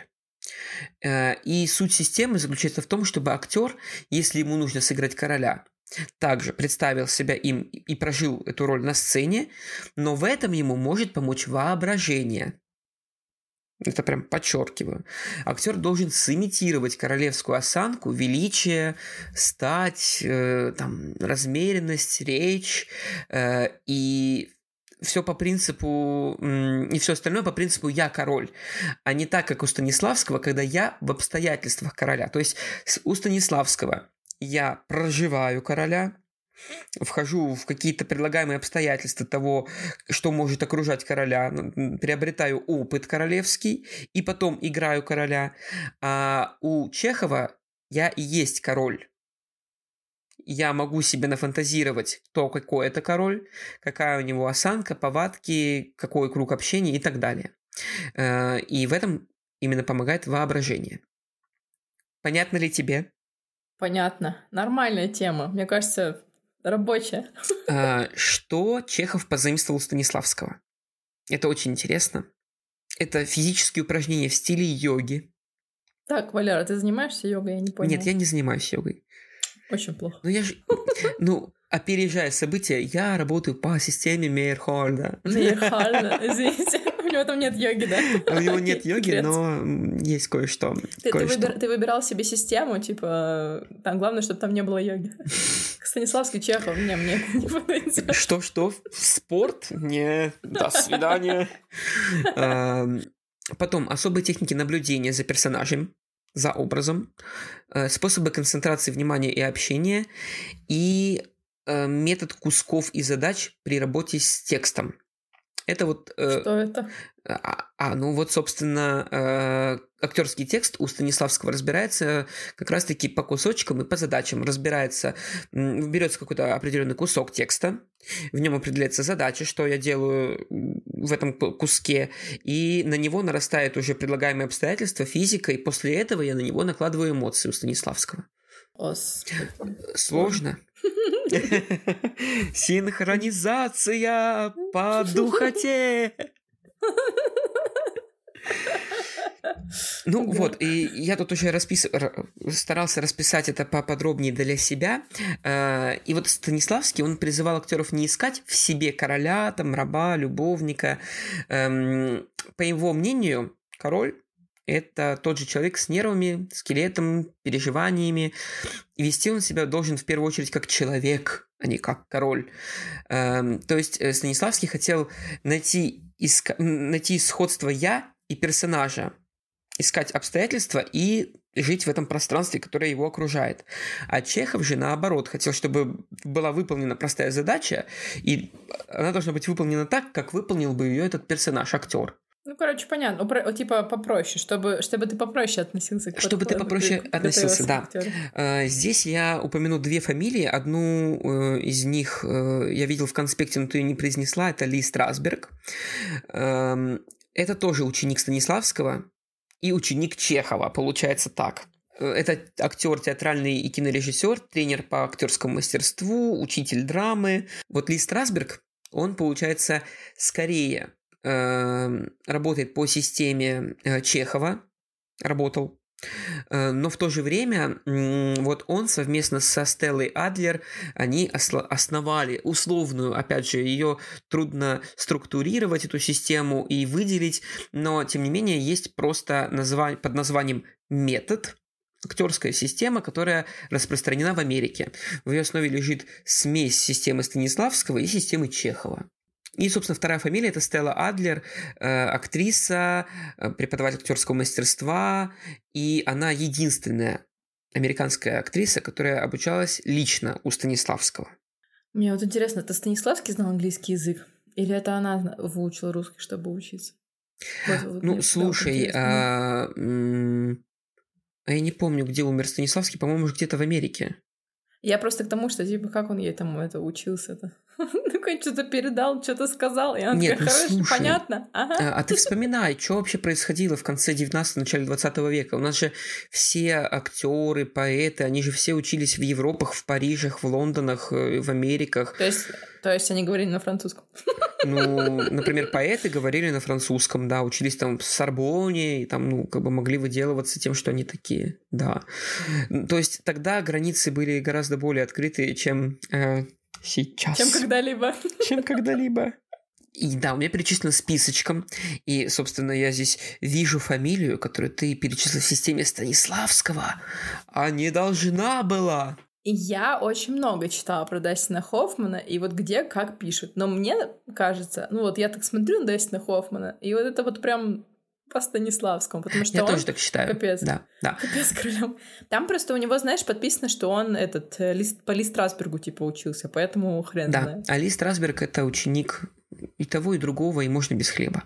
И суть системы заключается в том, чтобы актер, если ему нужно сыграть короля, также представил себя им и прожил эту роль на сцене, но в этом ему может помочь воображение. Это прям подчеркиваю. Актер должен сымитировать королевскую осанку, величие, стать, размеренность, речь и все по принципу, и все остальное по принципу «я король», а не так, как у Станиславского, когда я в обстоятельствах короля. То есть у Станиславского я проживаю короля, вхожу в какие-то предлагаемые обстоятельства того, что может окружать короля, приобретаю опыт королевский и потом играю короля. А у Чехова я и есть король. Я могу себе нафантазировать то, какой это король, какая у него осанка, повадки, какой круг общения и так далее. И в этом именно помогает воображение. Понятно ли тебе? Понятно. Нормальная тема. Мне кажется, рабочая. Что Чехов позаимствовал у Станиславского? Это очень интересно. Это физические упражнения в стиле йоги. Так, Валера, ты занимаешься йогой? Я не поняла. Нет, я не занимаюсь йогой. Очень плохо. Опережая события, я работаю по системе Мейерхольда. Мейерхольда, извините. У него там нет йоги, да? У него нет йоги, но есть кое-что. Ты выбирал себе систему, типа, там главное, чтобы там не было йоги. Станиславский, Чехов, мне это не подойдет. Что? Спорт? Не, до свидания. Потом особые техники наблюдения за персонажем, за образом, способы концентрации внимания и общения и метод кусков и задач при работе с текстом. Это вот... Что это? Собственно, актерский текст у Станиславского разбирается как раз-таки по кусочкам и по задачам. Разбирается, берется какой-то определенный кусок текста, в нем определяется задача, что я делаю в этом куске, и на него нарастает уже предлагаемые обстоятельства, физика, и после этого я на него накладываю эмоции у Станиславского. Сложно. Синхронизация по духоте. И я тут уже старался расписать это поподробнее для себя. И вот Станиславский, он призывал актеров не искать в себе короля, раба, любовника. По его мнению, король — это тот же человек с нервами, скелетом, переживаниями. И вести он себя должен в первую очередь как человек, а не как король. То есть Станиславский хотел найти сходство «я» и персонажа, искать обстоятельства и жить в этом пространстве, которое его окружает. А Чехов же, наоборот, хотел, чтобы была выполнена простая задача, и она должна быть выполнена так, как выполнил бы ее этот персонаж, актер. Понятно. Типа попроще, чтобы ты попроще относился к Чтобы ты попроще относился, да. Здесь я упомяну две фамилии. Одну из них я видел в конспекте, но ты ее не произнесла. Это Ли Страсберг. Это тоже ученик Станиславского и ученик Чехова, получается так. Это актер, театральный и кинорежиссер, тренер по актерскому мастерству, учитель драмы. Вот Ли Страсберг, он, получается, скорее работает по системе Чехова, работал, но в то же время вот он совместно со Стеллой Адлер, они основали условную, опять же, ее трудно структурировать, эту систему, и выделить, но тем не менее есть просто под названием метод, актерская система, которая распространена в Америке. В ее основе лежит смесь системы Станиславского и системы Чехова. И, собственно, вторая фамилия – это Стелла Адлер, актриса, преподаватель актерского мастерства, и она единственная американская актриса, которая обучалась лично у Станиславского. Мне вот интересно, это Станиславский знал английский язык? Или это она выучила русский, чтобы учиться? Слушай, я не помню, где умер Станиславский, по-моему, где-то в Америке. Я просто к тому, что, типа, как он ей там учился-то? Такой что-то передал, что-то сказал, и она такая, хорошо, понятно. А ты вспоминай, что вообще происходило в конце 19-го, начале 20 века. У нас же все актеры, поэты, они же все учились в Европах, в Парижах, в Лондонах, в Америках. То есть они говорили на французском? Ну, например, поэты говорили на французском, да, учились там в Сорбонне, и там, ну, как бы могли выделываться тем, что они такие, да. То есть тогда границы были гораздо более открытые, чем сейчас. Чем когда-либо. Чем когда-либо. И да, у меня перечислено списочком, и, собственно, я здесь вижу фамилию, которую ты перечислил в системе Станиславского, а не должна была. Я очень много читала про Дастина Хоффмана, и вот где как пишут. Но мне кажется, ну вот я так смотрю на Дастина Хоффмана, и вот это вот прям по Станиславскому, потому что я он... тоже так считаю. Капец. Да. Капец крылем. Там просто у него, знаешь, подписано, что он по Ли Страсбергу типа учился, поэтому хрен знает. Да, а Ли Страсберг — это ученик и того, и другого, и можно без хлеба.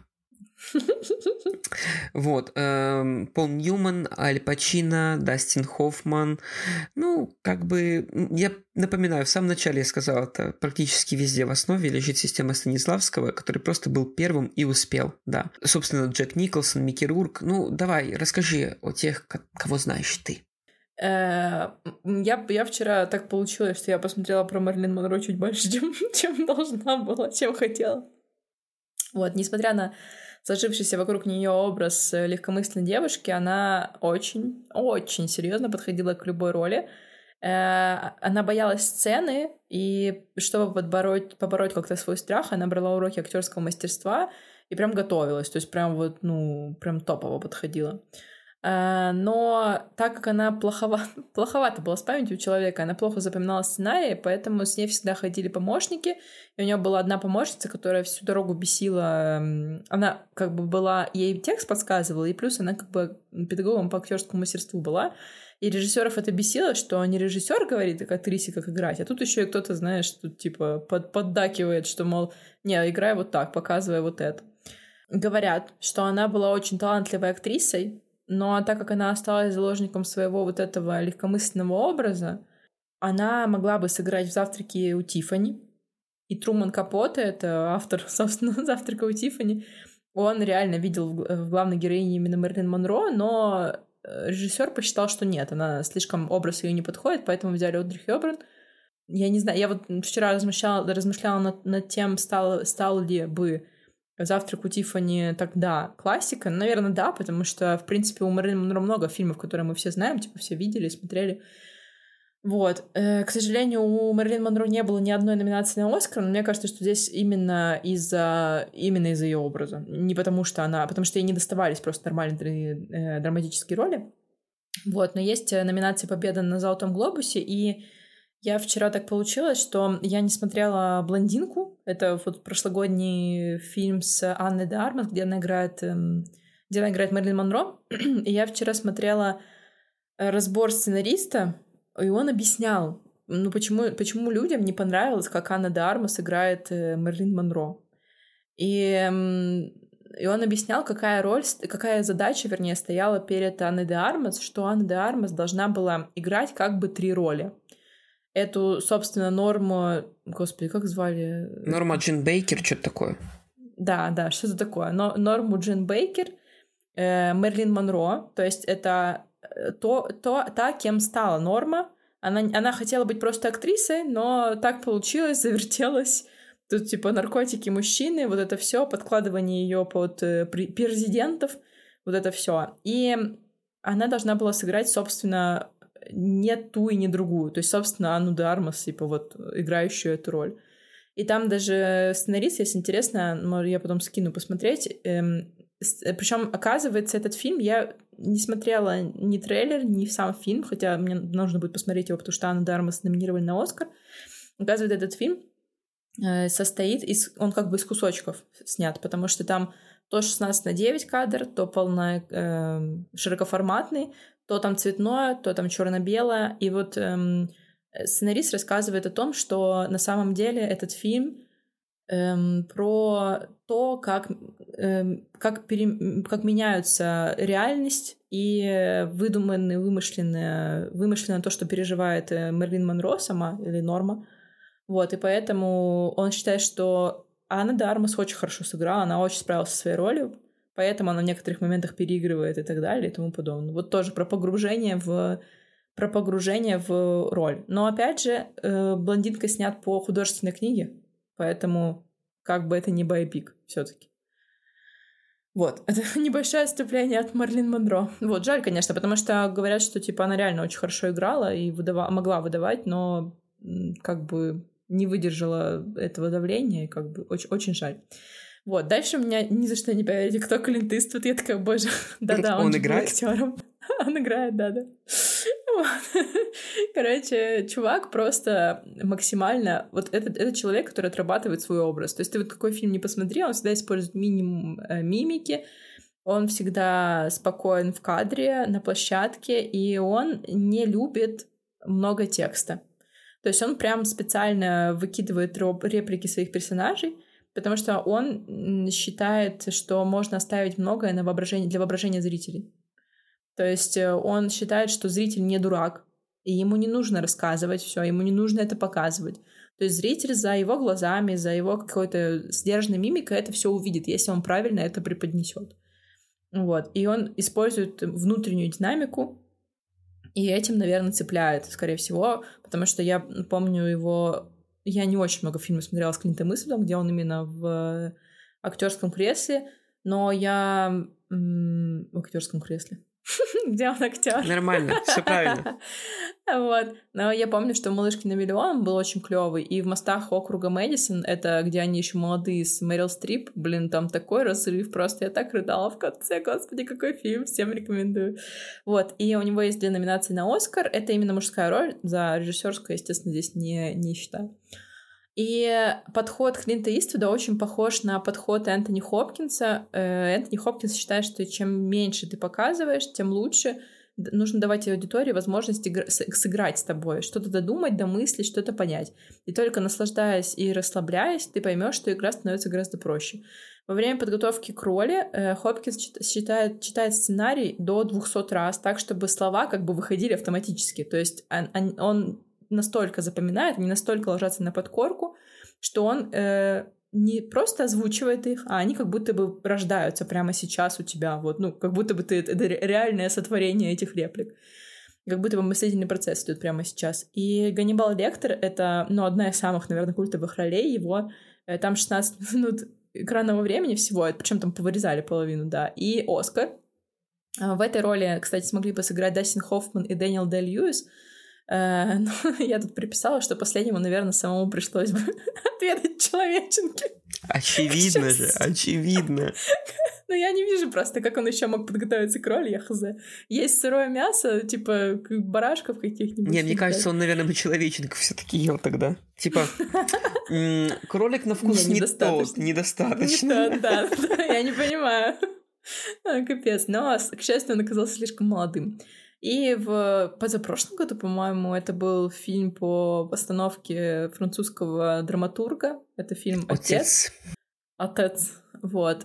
Вот. Пол Ньюман, Аль Пачино, Дастин Хоффман. Ну, как бы, я напоминаю, в самом начале я сказал, это практически везде в основе лежит система Станиславского, который просто был первым и успел, да. Собственно, Джек Николсон, Микки Рурк. Ну, давай, расскажи о тех, кого знаешь ты. Я вчера так получилось, что я посмотрела про Мэрилин Монро чуть больше, чем должна была, чем хотела. Вот, несмотря на сложившийся вокруг нее образ легкомысленной девушки, она очень серьезно подходила к любой роли. Она боялась сцены, и чтобы побороть как-то свой страх, она брала уроки актерского мастерства и прям готовилась, то есть прям вот, ну, прям топово подходила. Но так как она плоховато была с памятью у человека, она плохо запоминала сценарии, поэтому с ней всегда ходили помощники, и у нее была одна помощница, которая всю дорогу бесила. Она как бы была, ей текст подсказывала, и плюс она как бы педагогом по актерскому мастерству была. И режиссеров это бесило, что не режиссер говорит к актрисе, как играть, а тут еще и кто-то, знаешь, тут типа поддакивает, что, мол, не, играй вот так, показывай вот это. Говорят, что она была очень талантливой актрисой, но так как она осталась заложником своего вот этого легкомысленного образа, она могла бы сыграть в «Завтраке у Тиффани». И Труман Капоте, это автор, собственно, «Завтрака у Тиффани», он реально видел в главной героине именно Мэрилин Монро, но режиссер посчитал, что нет, она слишком, образ ее не подходит, поэтому взяли Одри Хёбберн. Я не знаю, я вот вчера размышляла над тем, стал ли бы «Завтрак у Тиффани» тогда классика. Наверное, да, потому что, в принципе, у Мэрилин Монро много фильмов, которые мы все знаем, типа все видели, смотрели. Вот. К сожалению, у Мэрилин Монро не было ни одной номинации на «Оскар», но мне кажется, что здесь именно из-за ее образа. Не потому что потому что ей не доставались просто нормальные драматические роли. Вот. Но есть номинация «Победа на Золотом глобусе», и я вчера так получилось, что я не смотрела «Блондинку». Это вот прошлогодний фильм с Анной де Армас, где она играет Мэрилин Монро. И я вчера смотрела разбор сценариста, и он объяснял, ну почему людям не понравилось, как Анна де Армас играет Мэрилин Монро. И он объяснял, какая задача, вернее, стояла перед Анной де Армас, что Анна де Армас должна была играть как бы 3 роли. Эту, собственно, Норму... Господи, как звали? Норма Джин Бейкер, что-то такое. Да, что-то такое. Норму Джин Бейкер, Мэрилин Монро, то есть это та, кем стала Норма. Она хотела быть просто актрисой, но так получилось, завертелась. Тут типа наркотики, мужчины, вот это все, подкладывание ее под президентов, вот это все. И она должна была сыграть, собственно, не ту и не другую. То есть, собственно, Анну де Армас, типа вот играющую эту роль. И там даже сценарист, если интересно, я потом скину посмотреть. Причем, оказывается, этот фильм я не смотрела ни трейлер, ни сам фильм, хотя мне нужно будет посмотреть его, потому что Анну де Армас номинировали на «Оскар». Оказывается, этот фильм состоит он как бы из кусочков снят, потому что там то 16:9 кадр, то широкоформатный, то там цветное, то там черно-белое. И вот сценарист рассказывает о том, что на самом деле этот фильм про то, как меняются реальность и вымышленное то, что переживает Мэрилин Монро сама или Норма. Вот, и поэтому он считает, что Анна де Армас очень хорошо сыграла, она очень справилась со своей ролью, поэтому она в некоторых моментах переигрывает и так далее и тому подобное. Вот тоже про погружение в роль. Но опять же, «Блондинка» снят по художественной книге, поэтому как бы это не байопик все-таки. Вот, это небольшое отступление от Марлин Монро. Вот, жаль, конечно, потому что говорят, что, типа, она реально очень хорошо играла и могла выдавать, но как бы не выдержала этого давления, и как бы очень, очень жаль. Вот, дальше у меня ни за что не поверите, кто Клинт Иствуд. Я такая, боже, да-да, он же был актером. Он играет, да-да. Короче, чувак просто максимально... Вот это человек, который отрабатывает свой образ. То есть ты вот какой фильм не посмотри, он всегда использует минимум мимики, он всегда спокоен в кадре, на площадке, и он не любит много текста. То есть он прям специально выкидывает реплики своих персонажей, потому что он считает, что можно оставить многое на воображение, для воображения зрителей. То есть он считает, что зритель не дурак, и ему не нужно рассказывать все, ему не нужно это показывать. То есть зритель за его глазами, за его какой-то сдержанной мимикой это все увидит, если он правильно это преподнесет. Вот. И он использует внутреннюю динамику, и этим, наверное, цепляет, скорее всего, потому что я помню его... Я не очень много фильмов смотрела с Клинтом Иствудом, где он именно в актерском кресле, но я... В актерском кресле. Где он актер? Нормально, все правильно. Вот. Но я помню, что «Малышки на миллион» был очень клевый. И в «Мостах округа Мэдисон», это где они еще молодые, с Мэрил Стрип, блин, там такой разрыв, просто я так рыдала в конце. Господи, какой фильм, всем рекомендую. Вот. И у него есть 2 номинации на «Оскар». Это именно мужская роль, за режиссерскую, естественно, здесь не считаю. И подход Клинта Иствуда очень похож на подход Энтони Хопкинса. Энтони Хопкинс считает, что чем меньше ты показываешь, тем лучше. Нужно давать аудитории возможность сыграть с тобой, что-то додумать, домыслить, что-то понять. И только наслаждаясь и расслабляясь, ты поймешь, что игра становится гораздо проще. Во время подготовки к роли Хопкинс читает сценарий до 200 раз, так, чтобы слова как бы выходили автоматически. То есть он настолько запоминает, они настолько ложатся на подкорку, что он не просто озвучивает их, а они как будто бы рождаются прямо сейчас у тебя. Вот, ну, как будто бы это реальное сотворение этих реплик. Как будто бы мыслительный процесс идет прямо сейчас. И Ганнибал Лектор — это, ну, одна из самых, наверное, культовых ролей. Его там 16 минут экранного времени всего, причем там повырезали половину, да, и Оскар. В этой роли, кстати, смогли бы сыграть Дастин Хоффман и Дэниел Дэй-Льюис. Но я тут приписала, что последнему, наверное, самому пришлось бы отведать человеченки. Очевидно же, очевидно. Ну, я не вижу просто, как он еще мог подготовиться к роли, я хз. Есть сырое мясо, типа барашков каких-нибудь. Не, мне кажется, он, наверное, бы человеченку все-таки ел тогда. Типа, кролик на вкус не тот, недостаточно. Да, я не понимаю. Капец. Но, к счастью, он оказался слишком молодым. И в позапрошлом году, по-моему, это был фильм по постановке французского драматурга. Это фильм «Отец». «Отец». Вот.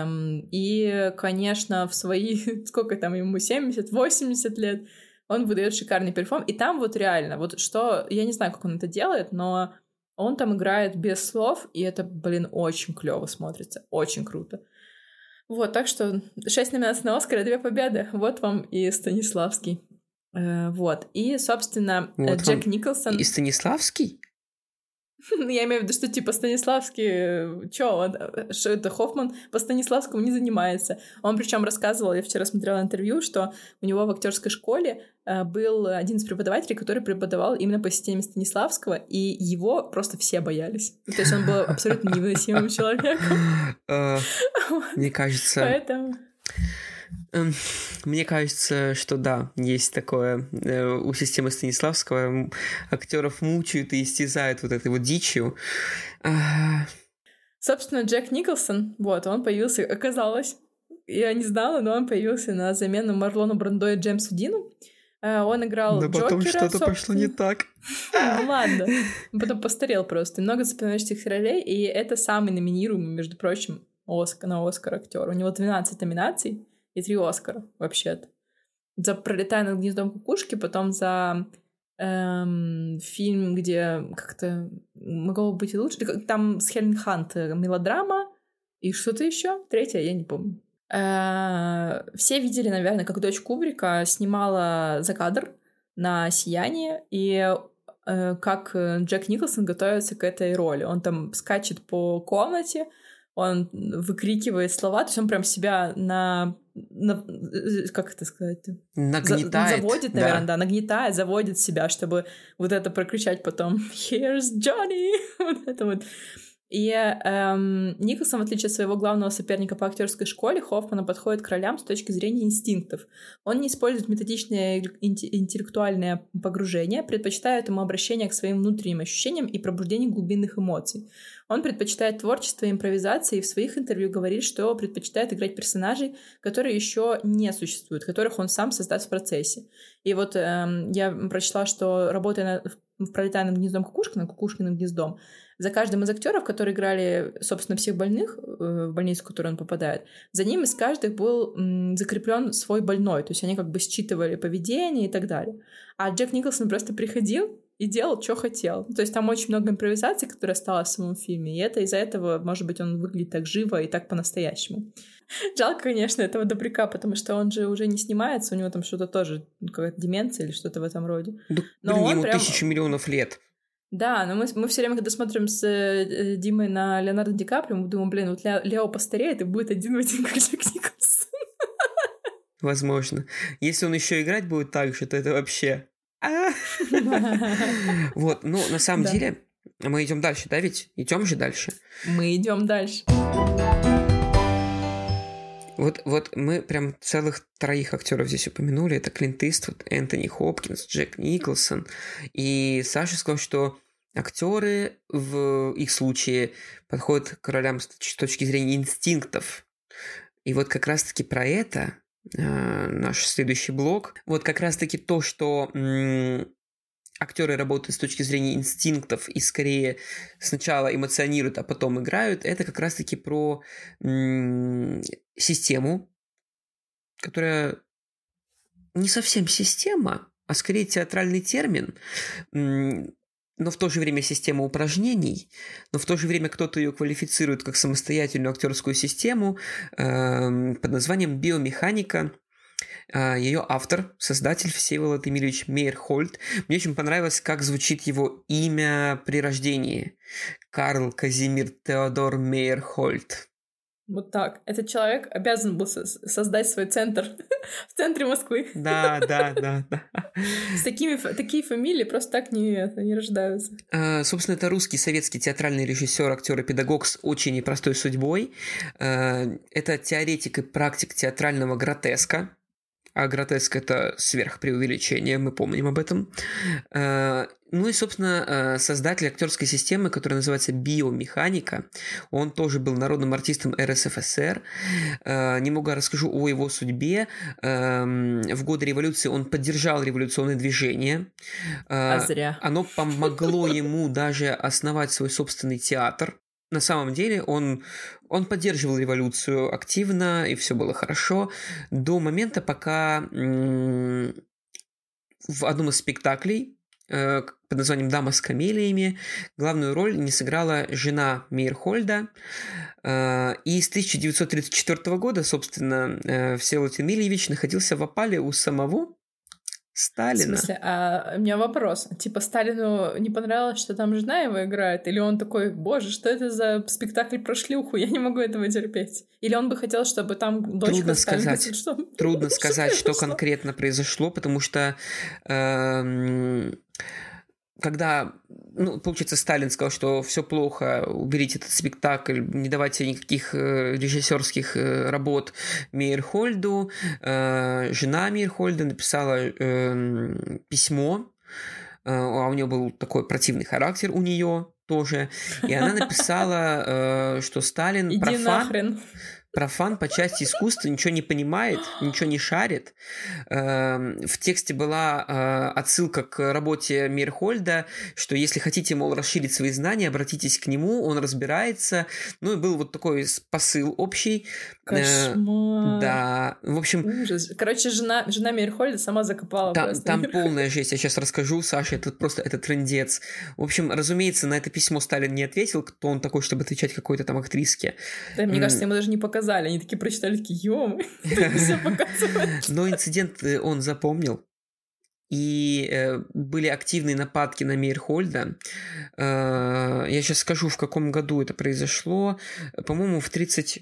И, конечно, в свои, сколько там ему, 70-80 лет, он выдает шикарный перформанс. И там вот реально, вот что, я не знаю, как он это делает, но он там играет без слов, и это, блин, очень клево смотрится, очень круто. Вот, так что 6 номинаций на «Оскар» и 2 победы. Вот вам и Станиславский. Вот. И, собственно, вот Джек Николсон... И Станиславский? Я имею в виду, что типа Станиславский... Что это? Хоффман по Станиславскому не занимается. Он причем рассказывал, я вчера смотрела интервью, что у него в актерской школе был один из преподавателей, который преподавал именно по системе Станиславского, и его просто все боялись. То есть он был абсолютно невыносимым человеком. Мне кажется... Поэтому... Мне кажется, что да, есть такое у системы Станиславского. Актеров мучают и истязают вот этой вот дичью. Собственно, Джек Николсон, вот, он появился, оказалось, я не знала, но он появился на замену Марлону Брандо и Джеймсу Дину. Он играл Джокера, но потом что-то пошло не так. Ну ладно, потом постарел просто. Много запоминающихся ролей, и это самый номинируемый, между прочим, на Оскар актер. У него 12 номинаций и 3 Оскара вообще-то. За «Пролетая над гнездом кукушки», потом за фильм, где как-то могло быть и лучше. Там с Хелен Хант мелодрама и что-то еще. Третье, я не помню. Все видели, наверное, как дочь Кубрика снимала «За кадр» на «Сияние», и как Джек Николсон готовится к этой роли. Он там скачет по комнате, он выкрикивает слова, то есть он прям себя как это сказать? Нагнетает. Заводит, наверное, да, нагнетает, заводит себя, чтобы вот это прокричать потом «Here's Johnny!» Вот это вот. И Николсон, в отличие от своего главного соперника по актерской школе, Хоффмана подходит к ролям с точки зрения инстинктов. Он не использует методичное интеллектуальное погружение, предпочитая этому обращение к своим внутренним ощущениям и пробуждению глубинных эмоций. Он предпочитает творчество и импровизации, и в своих интервью говорит, что предпочитает играть персонажей, которые еще не существуют, которых он сам создаст в процессе. И вот я прочла, что работая в «Пролетая над гнездом Кукушкиным гнездом», за каждым из актеров, которые играли, собственно, всех больных в больницу, в которую он попадает, за ним из каждых был закреплен свой больной. То есть они как бы считывали поведение и так далее. А Джек Николсон просто приходил и делал, что хотел. То есть там очень много импровизаций, которые осталось в самом фильме, и это из-за этого, может быть, он выглядит так живо и так по-настоящему. Жалко, конечно, этого Добряка, потому что он же уже не снимается, у него там что-то тоже, какая-то деменция или что-то в этом роде. Но блин, ему прям... 1000 миллионов лет. Да, но мы все время, когда смотрим с Димой на Леонардо Ди Каприо, мы думаем, блин, вот Лео постареет и будет один в один, как Джек Николсон. Возможно. Если он еще играть будет так же, то это вообще... Вот, ну, на самом деле, мы идем дальше, да, ведь? Идем же дальше. Мы идем дальше. Вот мы прям целых 3 актеров здесь упомянули. Это Клинт Иствуд, Энтони Хопкинс, Джек Николсон. И Саша сказал, что актеры в их случае подходят к ролям с точки зрения инстинктов. И вот как раз-таки про это наш следующий блок. Вот как раз-таки то, что актеры работают с точки зрения инстинктов и скорее сначала эмоционируют, а потом играют, это как раз-таки про систему, которая не совсем система, а скорее театральный термин, но в то же время система упражнений, но в то же время кто-то ее квалифицирует как самостоятельную актерскую систему под названием биомеханика. Ее автор, создатель Всеволод Эмильевич Мейерхольд. Мне очень понравилось, как звучит его имя при рождении. Карл Казимир Теодор Мейерхольд. Вот так. Этот человек обязан был создать свой центр в центре Москвы. Да. Такие фамилии просто так не рождаются. Собственно, это русский советский театральный режиссер, актер и педагог с очень непростой судьбой. Это теоретик и практик театрального гротеска. А гротеск — это сверхпреувеличение, мы помним об этом. Ну и, собственно, создатель актерской системы, которая называется биомеханика. Он тоже был народным артистом РСФСР. Немного расскажу о его судьбе. В годы революции он поддержал революционное движение. А зря. Оно помогло ему даже основать свой собственный театр. На самом деле он поддерживал революцию активно, и все было хорошо, до момента, пока в одном из спектаклей под названием «Дама с камелиями» главную роль не сыграла жена Мейерхольда. И с 1934 года, собственно, Всеволод Эмильевич находился в опале у самого Сталина. В смысле, у меня вопрос. Типа, Сталину не понравилось, что там жена его играет? Или он такой, боже, что это за спектакль про шлюху? Я не могу этого терпеть. Или он бы хотел, чтобы там дочка Сталина... Трудно сказать, что конкретно произошло, потому что... Когда, получается, Сталин сказал, что все плохо, уберите этот спектакль, не давайте никаких режиссерских работ Мейерхольду, жена Мейерхольда написала письмо, а у нее был такой противный характер у нее тоже, и она написала, что Сталин профан по части искусства, ничего не понимает, ничего не шарит. В тексте была отсылка к работе Мейерхольда, что если хотите, мол, расширить свои знания, обратитесь к нему, он разбирается. Ну и был вот такой посыл общий. Кошмар. Да, в общем... Ужас. Короче, жена Мейерхольда сама закопала. Там полная жесть, я сейчас расскажу, Саша, это трындец. В общем, разумеется, на это письмо Сталин не ответил, кто он такой, чтобы отвечать какой-то там актриске. Да, мне кажется, ему даже не показали. Они такие прочитали, такие, все показывают. Но инцидент он запомнил. и были активные нападки на Мейерхольда. Я сейчас скажу, в каком году это произошло. По-моему, в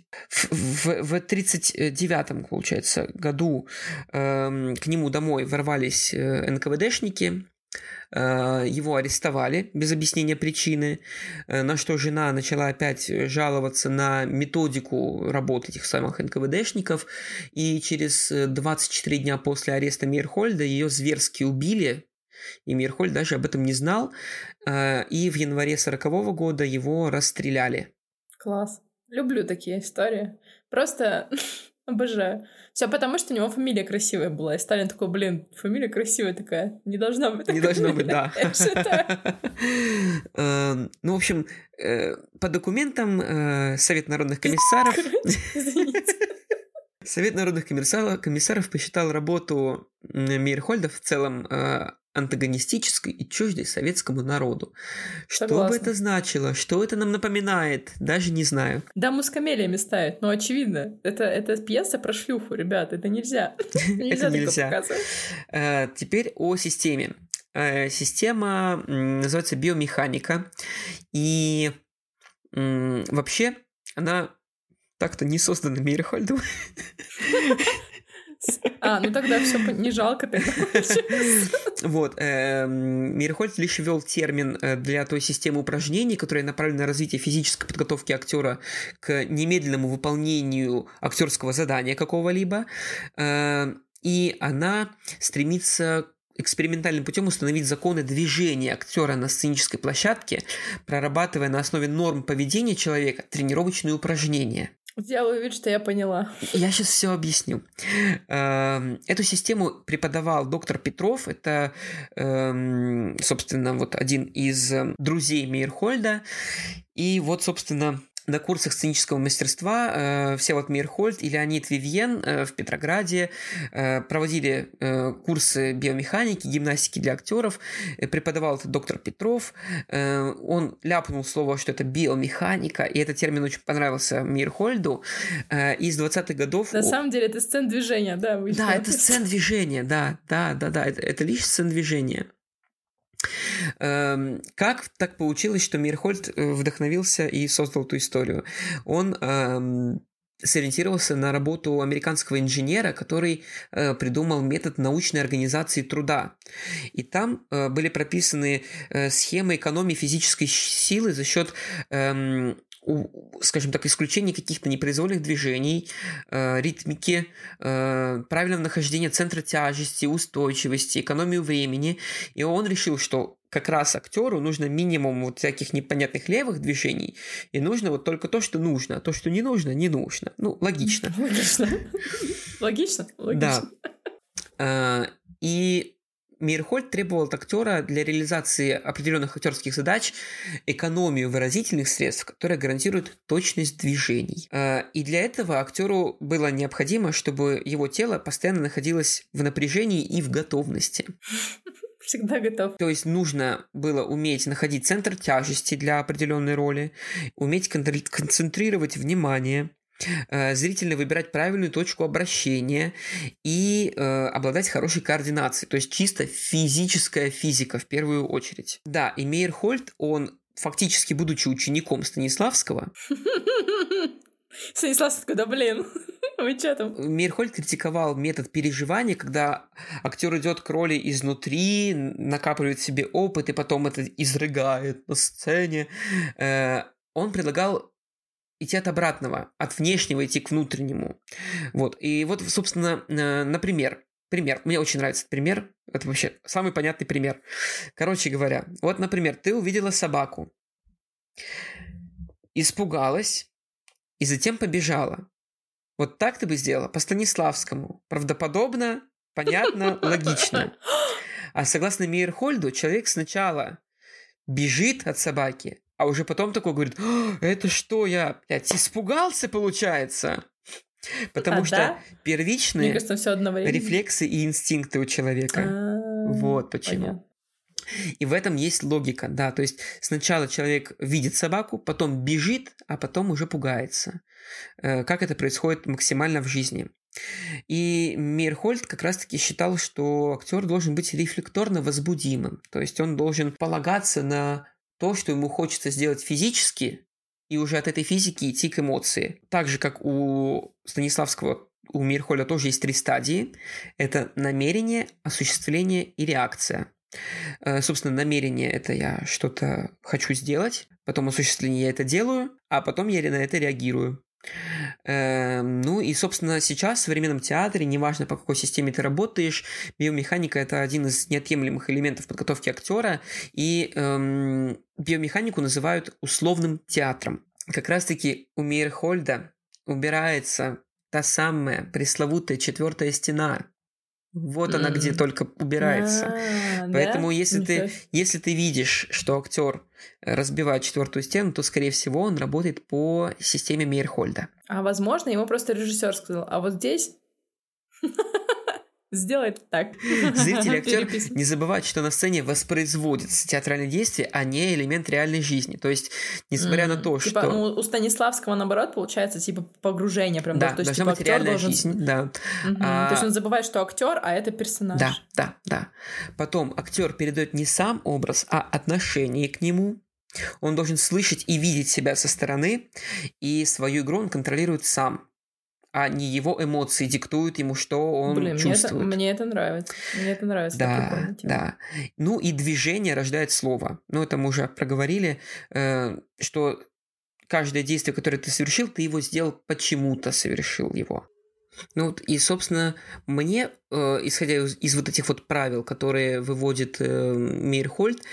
39-м, получается, году к нему домой ворвались НКВДшники, его арестовали без объяснения причины, на что жена начала опять жаловаться на методику работы этих самых НКВДшников, и через 24 дня после ареста Мейерхольда ее зверски убили, и Мейерхольд даже об этом не знал, и в январе 40-го года его расстреляли. Класс. Люблю такие истории. Просто обожаю. Все потому, что у него фамилия красивая была. И Сталин такой, блин, фамилия красивая такая. Не должна быть. Не должно быть, да. Я считаю. Ну, в общем, по документам Совет народных комиссаров... Извините. Совет народных комиссаров посчитал работу Мейерхольда в целом антагонистической и чуждой советскому народу. Что бы это значило? Что это нам напоминает? Даже не знаю. Даму с камелиями ставят, но очевидно. Это пьеса про шлюху, ребят, это нельзя. Это нельзя. Теперь о системе. Система называется биомеханика. И вообще она так-то не создана Мейерхольдом. Ну тогда все не жалко тогда. Вот. Мейерхольд лишь ввел термин для той системы упражнений, которая направлена на развитие физической подготовки актера к немедленному выполнению актерского задания какого-либо. И она стремится экспериментальным путем установить законы движения актера на сценической площадке, прорабатывая на основе норм поведения человека тренировочные упражнения. Делаю вид, что я поняла. Я сейчас все объясню. Эту систему преподавал доктор Петров. Это, собственно, вот один из друзей Мейерхольда. И вот, собственно, на курсах сценического мастерства Всеволод Мейерхольд и Леонид Вивьен в Петрограде проводили курсы биомеханики, гимнастики для актеров. Преподавал это доктор Петров. Он ляпнул слово, что это биомеханика, и этот термин очень понравился Мейерхольду. Из 20-х годов... На самом деле это сцена движения, да? Да, это сцена движения, да. Это лишь сцена движения. Как так получилось, что Мейерхольд вдохновился и создал эту историю? Он сориентировался на работу американского инженера, который придумал метод научной организации труда. И там были прописаны схемы экономии физической силы за счет, скажем так, исключения каких-то непроизвольных движений, ритмики, правильного нахождения центра тяжести, устойчивости, экономию времени. И он решил, что как раз актеру нужно минимум вот всяких непонятных левых движений, и нужно вот только то, что нужно, а то, что не нужно, не нужно. Ну, логично. Логично? Да. И Мейерхольд требовал от актера для реализации определенных актерских задач экономию выразительных средств, которые гарантируют точность движений. И для этого актеру было необходимо, чтобы его тело постоянно находилось в напряжении и в готовности. Всегда готов. То есть нужно было уметь находить центр тяжести для определенной роли, уметь концентрировать внимание, зрительно выбирать правильную точку обращения и обладать хорошей координацией. То есть чисто физическая физика в первую очередь. Да, и Мейерхольд, он фактически, будучи учеником Станиславского... Станиславский, да блин... Вы что там? Мейерхольд критиковал метод переживания, когда актер идет к роли изнутри, накапливает в себе опыт и потом это изрыгает на сцене. Он предлагал идти от обратного, от внешнего идти к внутреннему. Вот. И вот, собственно, например, мне очень нравится этот пример. Это вообще самый понятный пример. Короче говоря, вот, например, ты увидела собаку, испугалась и затем побежала. Вот так ты бы сделала по Станиславскому. Правдоподобно, понятно, логично. А согласно Мейерхольду, человек сначала бежит от собаки, а уже потом такой говорит: это что, я, блядь, испугался, получается? Потому что первичные Мне кажется, всё одновременно. рефлексы и инстинкты у человека. Вот почему. Понятно. И в этом есть логика, да, то есть сначала человек видит собаку, потом бежит, а потом уже пугается. Как это происходит максимально в жизни. И Мейерхольд как раз-таки считал, что актер должен быть рефлекторно возбудимым. То есть он должен полагаться на то, что ему хочется сделать физически, и уже от этой физики идти к эмоции. Так же, как у Станиславского, у Мейерхольда тоже есть 3 стадии. Это намерение, осуществление и реакция. Собственно, намерение – это я что-то хочу сделать, потом осуществление я это делаю, а потом я на это реагирую. Ну и, собственно, сейчас в современном театре, неважно по какой системе ты работаешь, биомеханика – это один из неотъемлемых элементов подготовки актера, и биомеханику называют условным театром. Как раз-таки у Мейерхольда убирается та самая пресловутая 4-я стена. Вот она где только убирается. Поэтому да? если ты видишь, что актер разбивает 4-ю стену, то, скорее всего, он работает по системе Мейерхольда. А возможно, ему просто режиссер сказал, а вот здесь сделай так. Зритель и актер не забывают, что на сцене воспроизводится театральное действие, а не элемент реальной жизни. То есть, несмотря на то, типа, что... Ну, у Станиславского, наоборот, получается, типа, погружение прям. Да, то есть, должна типа, быть реальная должен... жизнь, да. То есть он забывает, что актер, а это персонаж. Да. Потом актер передает не сам образ, а отношение к нему. Он должен слышать и видеть себя со стороны, и свою игру он контролирует сам, а не его эмоции диктуют ему, что он чувствует. Мне это нравится. Да, да. Ну и движение рождает слово. Ну, это мы уже проговорили, что каждое действие, которое ты совершил, ты его сделал, почему-то совершил его. Ну вот, и, собственно, мне, исходя из вот этих вот правил, которые выводит Мейерхольд,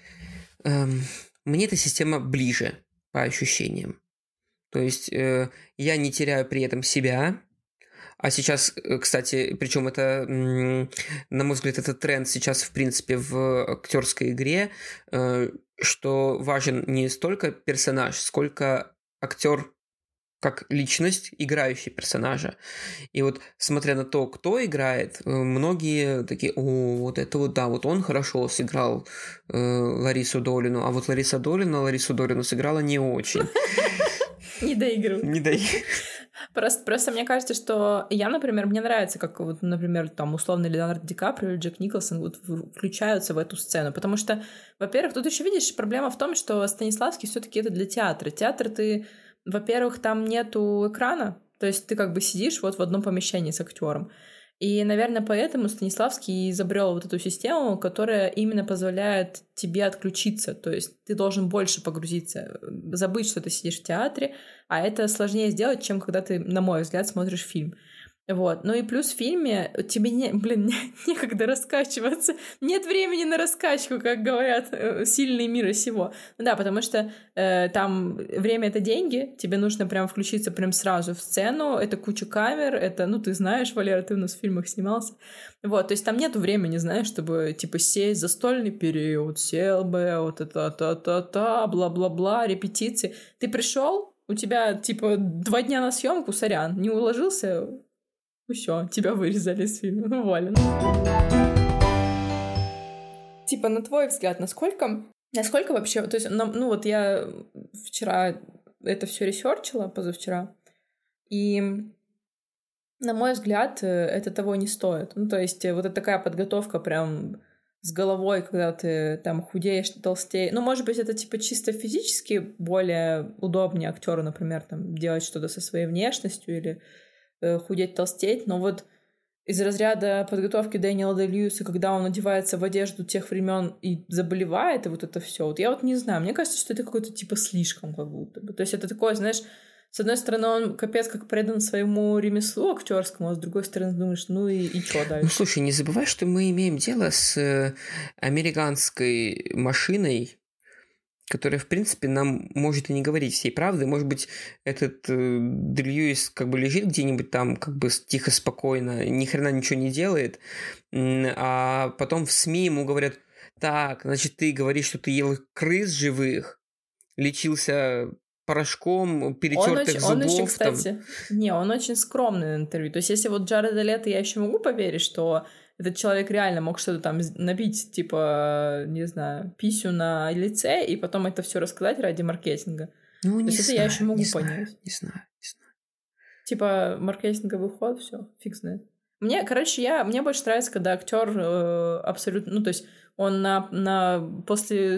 мне эта система ближе по ощущениям. То есть я не теряю при этом себя. А сейчас, кстати, причем это, на мой взгляд, это тренд сейчас, в принципе, в актерской игре, что важен не столько персонаж, сколько актер как личность, играющий персонажа. И вот, смотря на то, кто играет, многие такие, вот это вот, да, вот он хорошо сыграл Ларису Долину, а вот Ларису Долину сыграла не очень. Не доигрываю. Просто мне кажется, что я, например, мне нравится, как вот, например, там условно Леонардо Ди Каприо или Джек Николсон вот включаются в эту сцену, потому что, во-первых, тут еще видишь, проблема в том, что Станиславский все-таки это для театра. Театр ты, во-первых, там нету экрана, то есть ты как бы сидишь вот в одном помещении с актером. И, наверное, поэтому Станиславский изобрел вот эту систему, которая именно позволяет тебе отключиться. То есть ты должен больше погрузиться, забыть, что ты сидишь в театре, а это сложнее сделать, чем когда ты, на мой взгляд, смотришь фильм. Вот. Ну и плюс в фильме тебе некогда раскачиваться. Нет времени на раскачку, как говорят сильные мира сего. Ну да, потому что там время — это деньги, тебе нужно прям включиться прям сразу в сцену, это куча камер, это, ну ты знаешь, Валера, ты у нас в фильмах снимался. Вот, то есть там нету времени, знаешь, чтобы типа сесть, застольный период, сел бы, вот это та-та-та, бла-бла-бла, репетиции. Ты пришел, у тебя типа 2 дня на съемку, сорян, не уложился, все, тебя вырезали из фильма. Ну, Валя. Типа, на твой взгляд, насколько вообще... То есть, ну вот я вчера это все ресерчила, позавчера, и, на мой взгляд, это того не стоит. Ну, то есть, вот это такая подготовка прям с головой, когда ты там худеешь, толстеешь. Ну, может быть, это типа чисто физически более удобнее актеру, например, там делать что-то со своей внешностью или худеть, толстеть, но вот из разряда подготовки Дэниела Дэ-Льюиса, когда он одевается в одежду тех времен и заболевает, и вот это все, вот я вот не знаю, мне кажется, что это какое-то типа слишком как будто бы. То есть это такое, знаешь, с одной стороны, он капец как предан своему ремеслу актерскому, а с другой стороны, думаешь, ну и что дальше? Ну, слушай, не забывай, что мы имеем дело с американской машиной, которая, в принципе, нам может и не говорить всей правды. Может быть, этот Дэ Льюис как бы лежит где-нибудь там, как бы тихо, спокойно, ни хрена ничего не делает, а потом в СМИ ему говорят: так, значит, ты говоришь, что ты ел крыс живых, лечился порошком перетертых зубов. Он еще, кстати, он очень скромный на интервью. То есть, если вот Джареда Лето я еще могу поверить, что этот человек реально мог что-то там набить, типа, не знаю, писю на лице, и потом это все рассказать ради маркетинга. Ну, то не есть знаю, это я еще могу не понять. Не знаю. Типа маркетинговый ход, все, фиг знает. Мне больше нравится, когда актер абсолютно, ну, то есть он после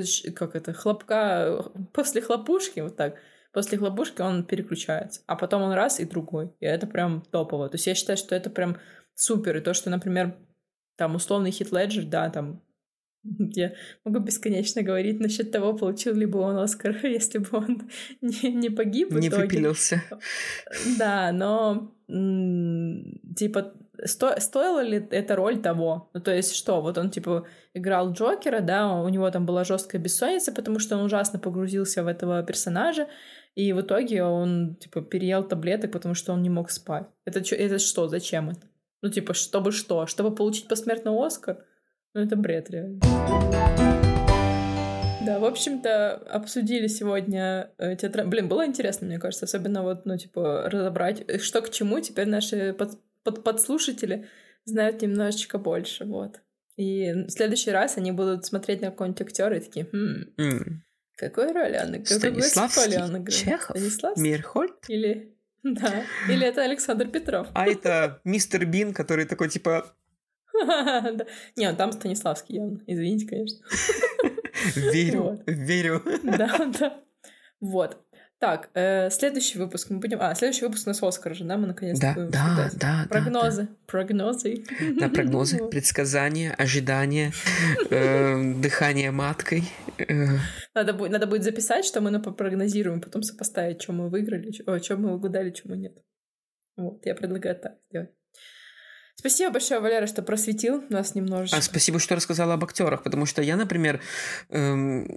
хлопушки, вот так, после хлопушки он переключается, а потом он раз и другой, и это прям топово. То есть я считаю, что это прям супер, и то, что, например, там условный Хит Леджер, да, там я могу бесконечно говорить насчет того, получил ли бы он Оскар, если бы он не погиб в итоге. Не выпилился. Да, но типа стоила ли эта роль того? Ну, то есть что, вот он типа играл Джокера, да, у него там была жесткая бессонница, потому что он ужасно погрузился в этого персонажа, и в итоге он типа переел таблеток, потому что он не мог спать. Это что? Зачем это? Ну, типа, чтобы что? Чтобы получить посмертный Оскар? Ну, это бред, реально. Да, в общем-то, обсудили сегодня Блин, было интересно, мне кажется, особенно вот, ну, типа, разобрать, что к чему. Теперь наши подслушатели знают немножечко больше, вот. И в следующий раз они будут смотреть на какого-нибудь актера и такие, какую роль он играет? Станиславский, Чехов, Мирхольд? Или это Александр Петров. А это мистер Бин, который такой, типа... Не, там Станиславский явно. Извините, конечно. Верю. Да. Вот. Так, следующий выпуск мы будем... Следующий выпуск у нас Оскар же, да? Мы наконец-то будем обсуждать. Да. Прогнозы. Да, прогнозы, предсказания, ожидания, дыхание маткой. Надо будет записать, что мы попрогнозируем, потом сопоставить, что мы выиграли, что мы угадали, что мы нет. Вот, я предлагаю так сделать. Спасибо большое, Валера, что просветил нас немножечко. Спасибо, что рассказала об актерах, потому что я, например, я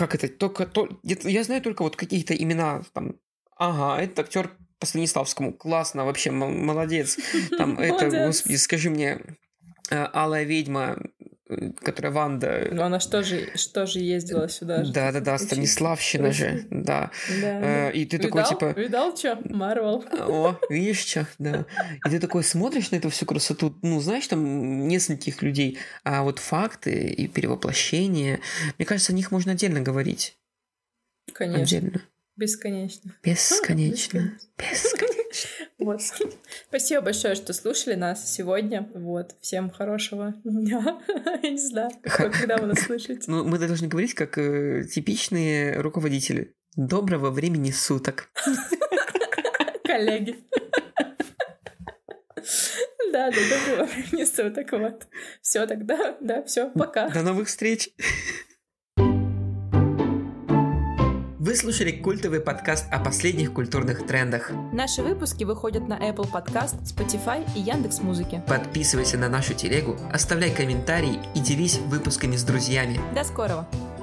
знаю только вот какие-то имена, там, этот актер по Станиславскому, классно, вообще, молодец. Там, это, господи, скажи мне, Алая ведьма, которая Ванда... Ну, она что же ездила сюда же? Да, Станиславщина же, да. И ты такой, типа... Видал, что? Марвел. О, видишь, что? Да. И ты такой смотришь на эту всю красоту, ну, знаешь, там нескольких людей, а вот факты и перевоплощения, мне кажется, о них можно отдельно говорить. Конечно. Отдельно. Бесконечно. Вот. Спасибо большое, что слушали нас сегодня. Вот. Всем хорошего дня. Я не знаю, когда вы нас слышите. Ну, мы должны говорить как типичные руководители. Доброго времени суток. Коллеги. Да, доброго времени суток. Вот. Все тогда. Да, все, пока. До новых встреч. Вы слушали культовый подкаст о последних культурных трендах. Наши выпуски выходят на Apple Podcast, Spotify и Яндекс.Музыке. Подписывайся на нашу телегу, оставляй комментарии и делись выпусками с друзьями. До скорого!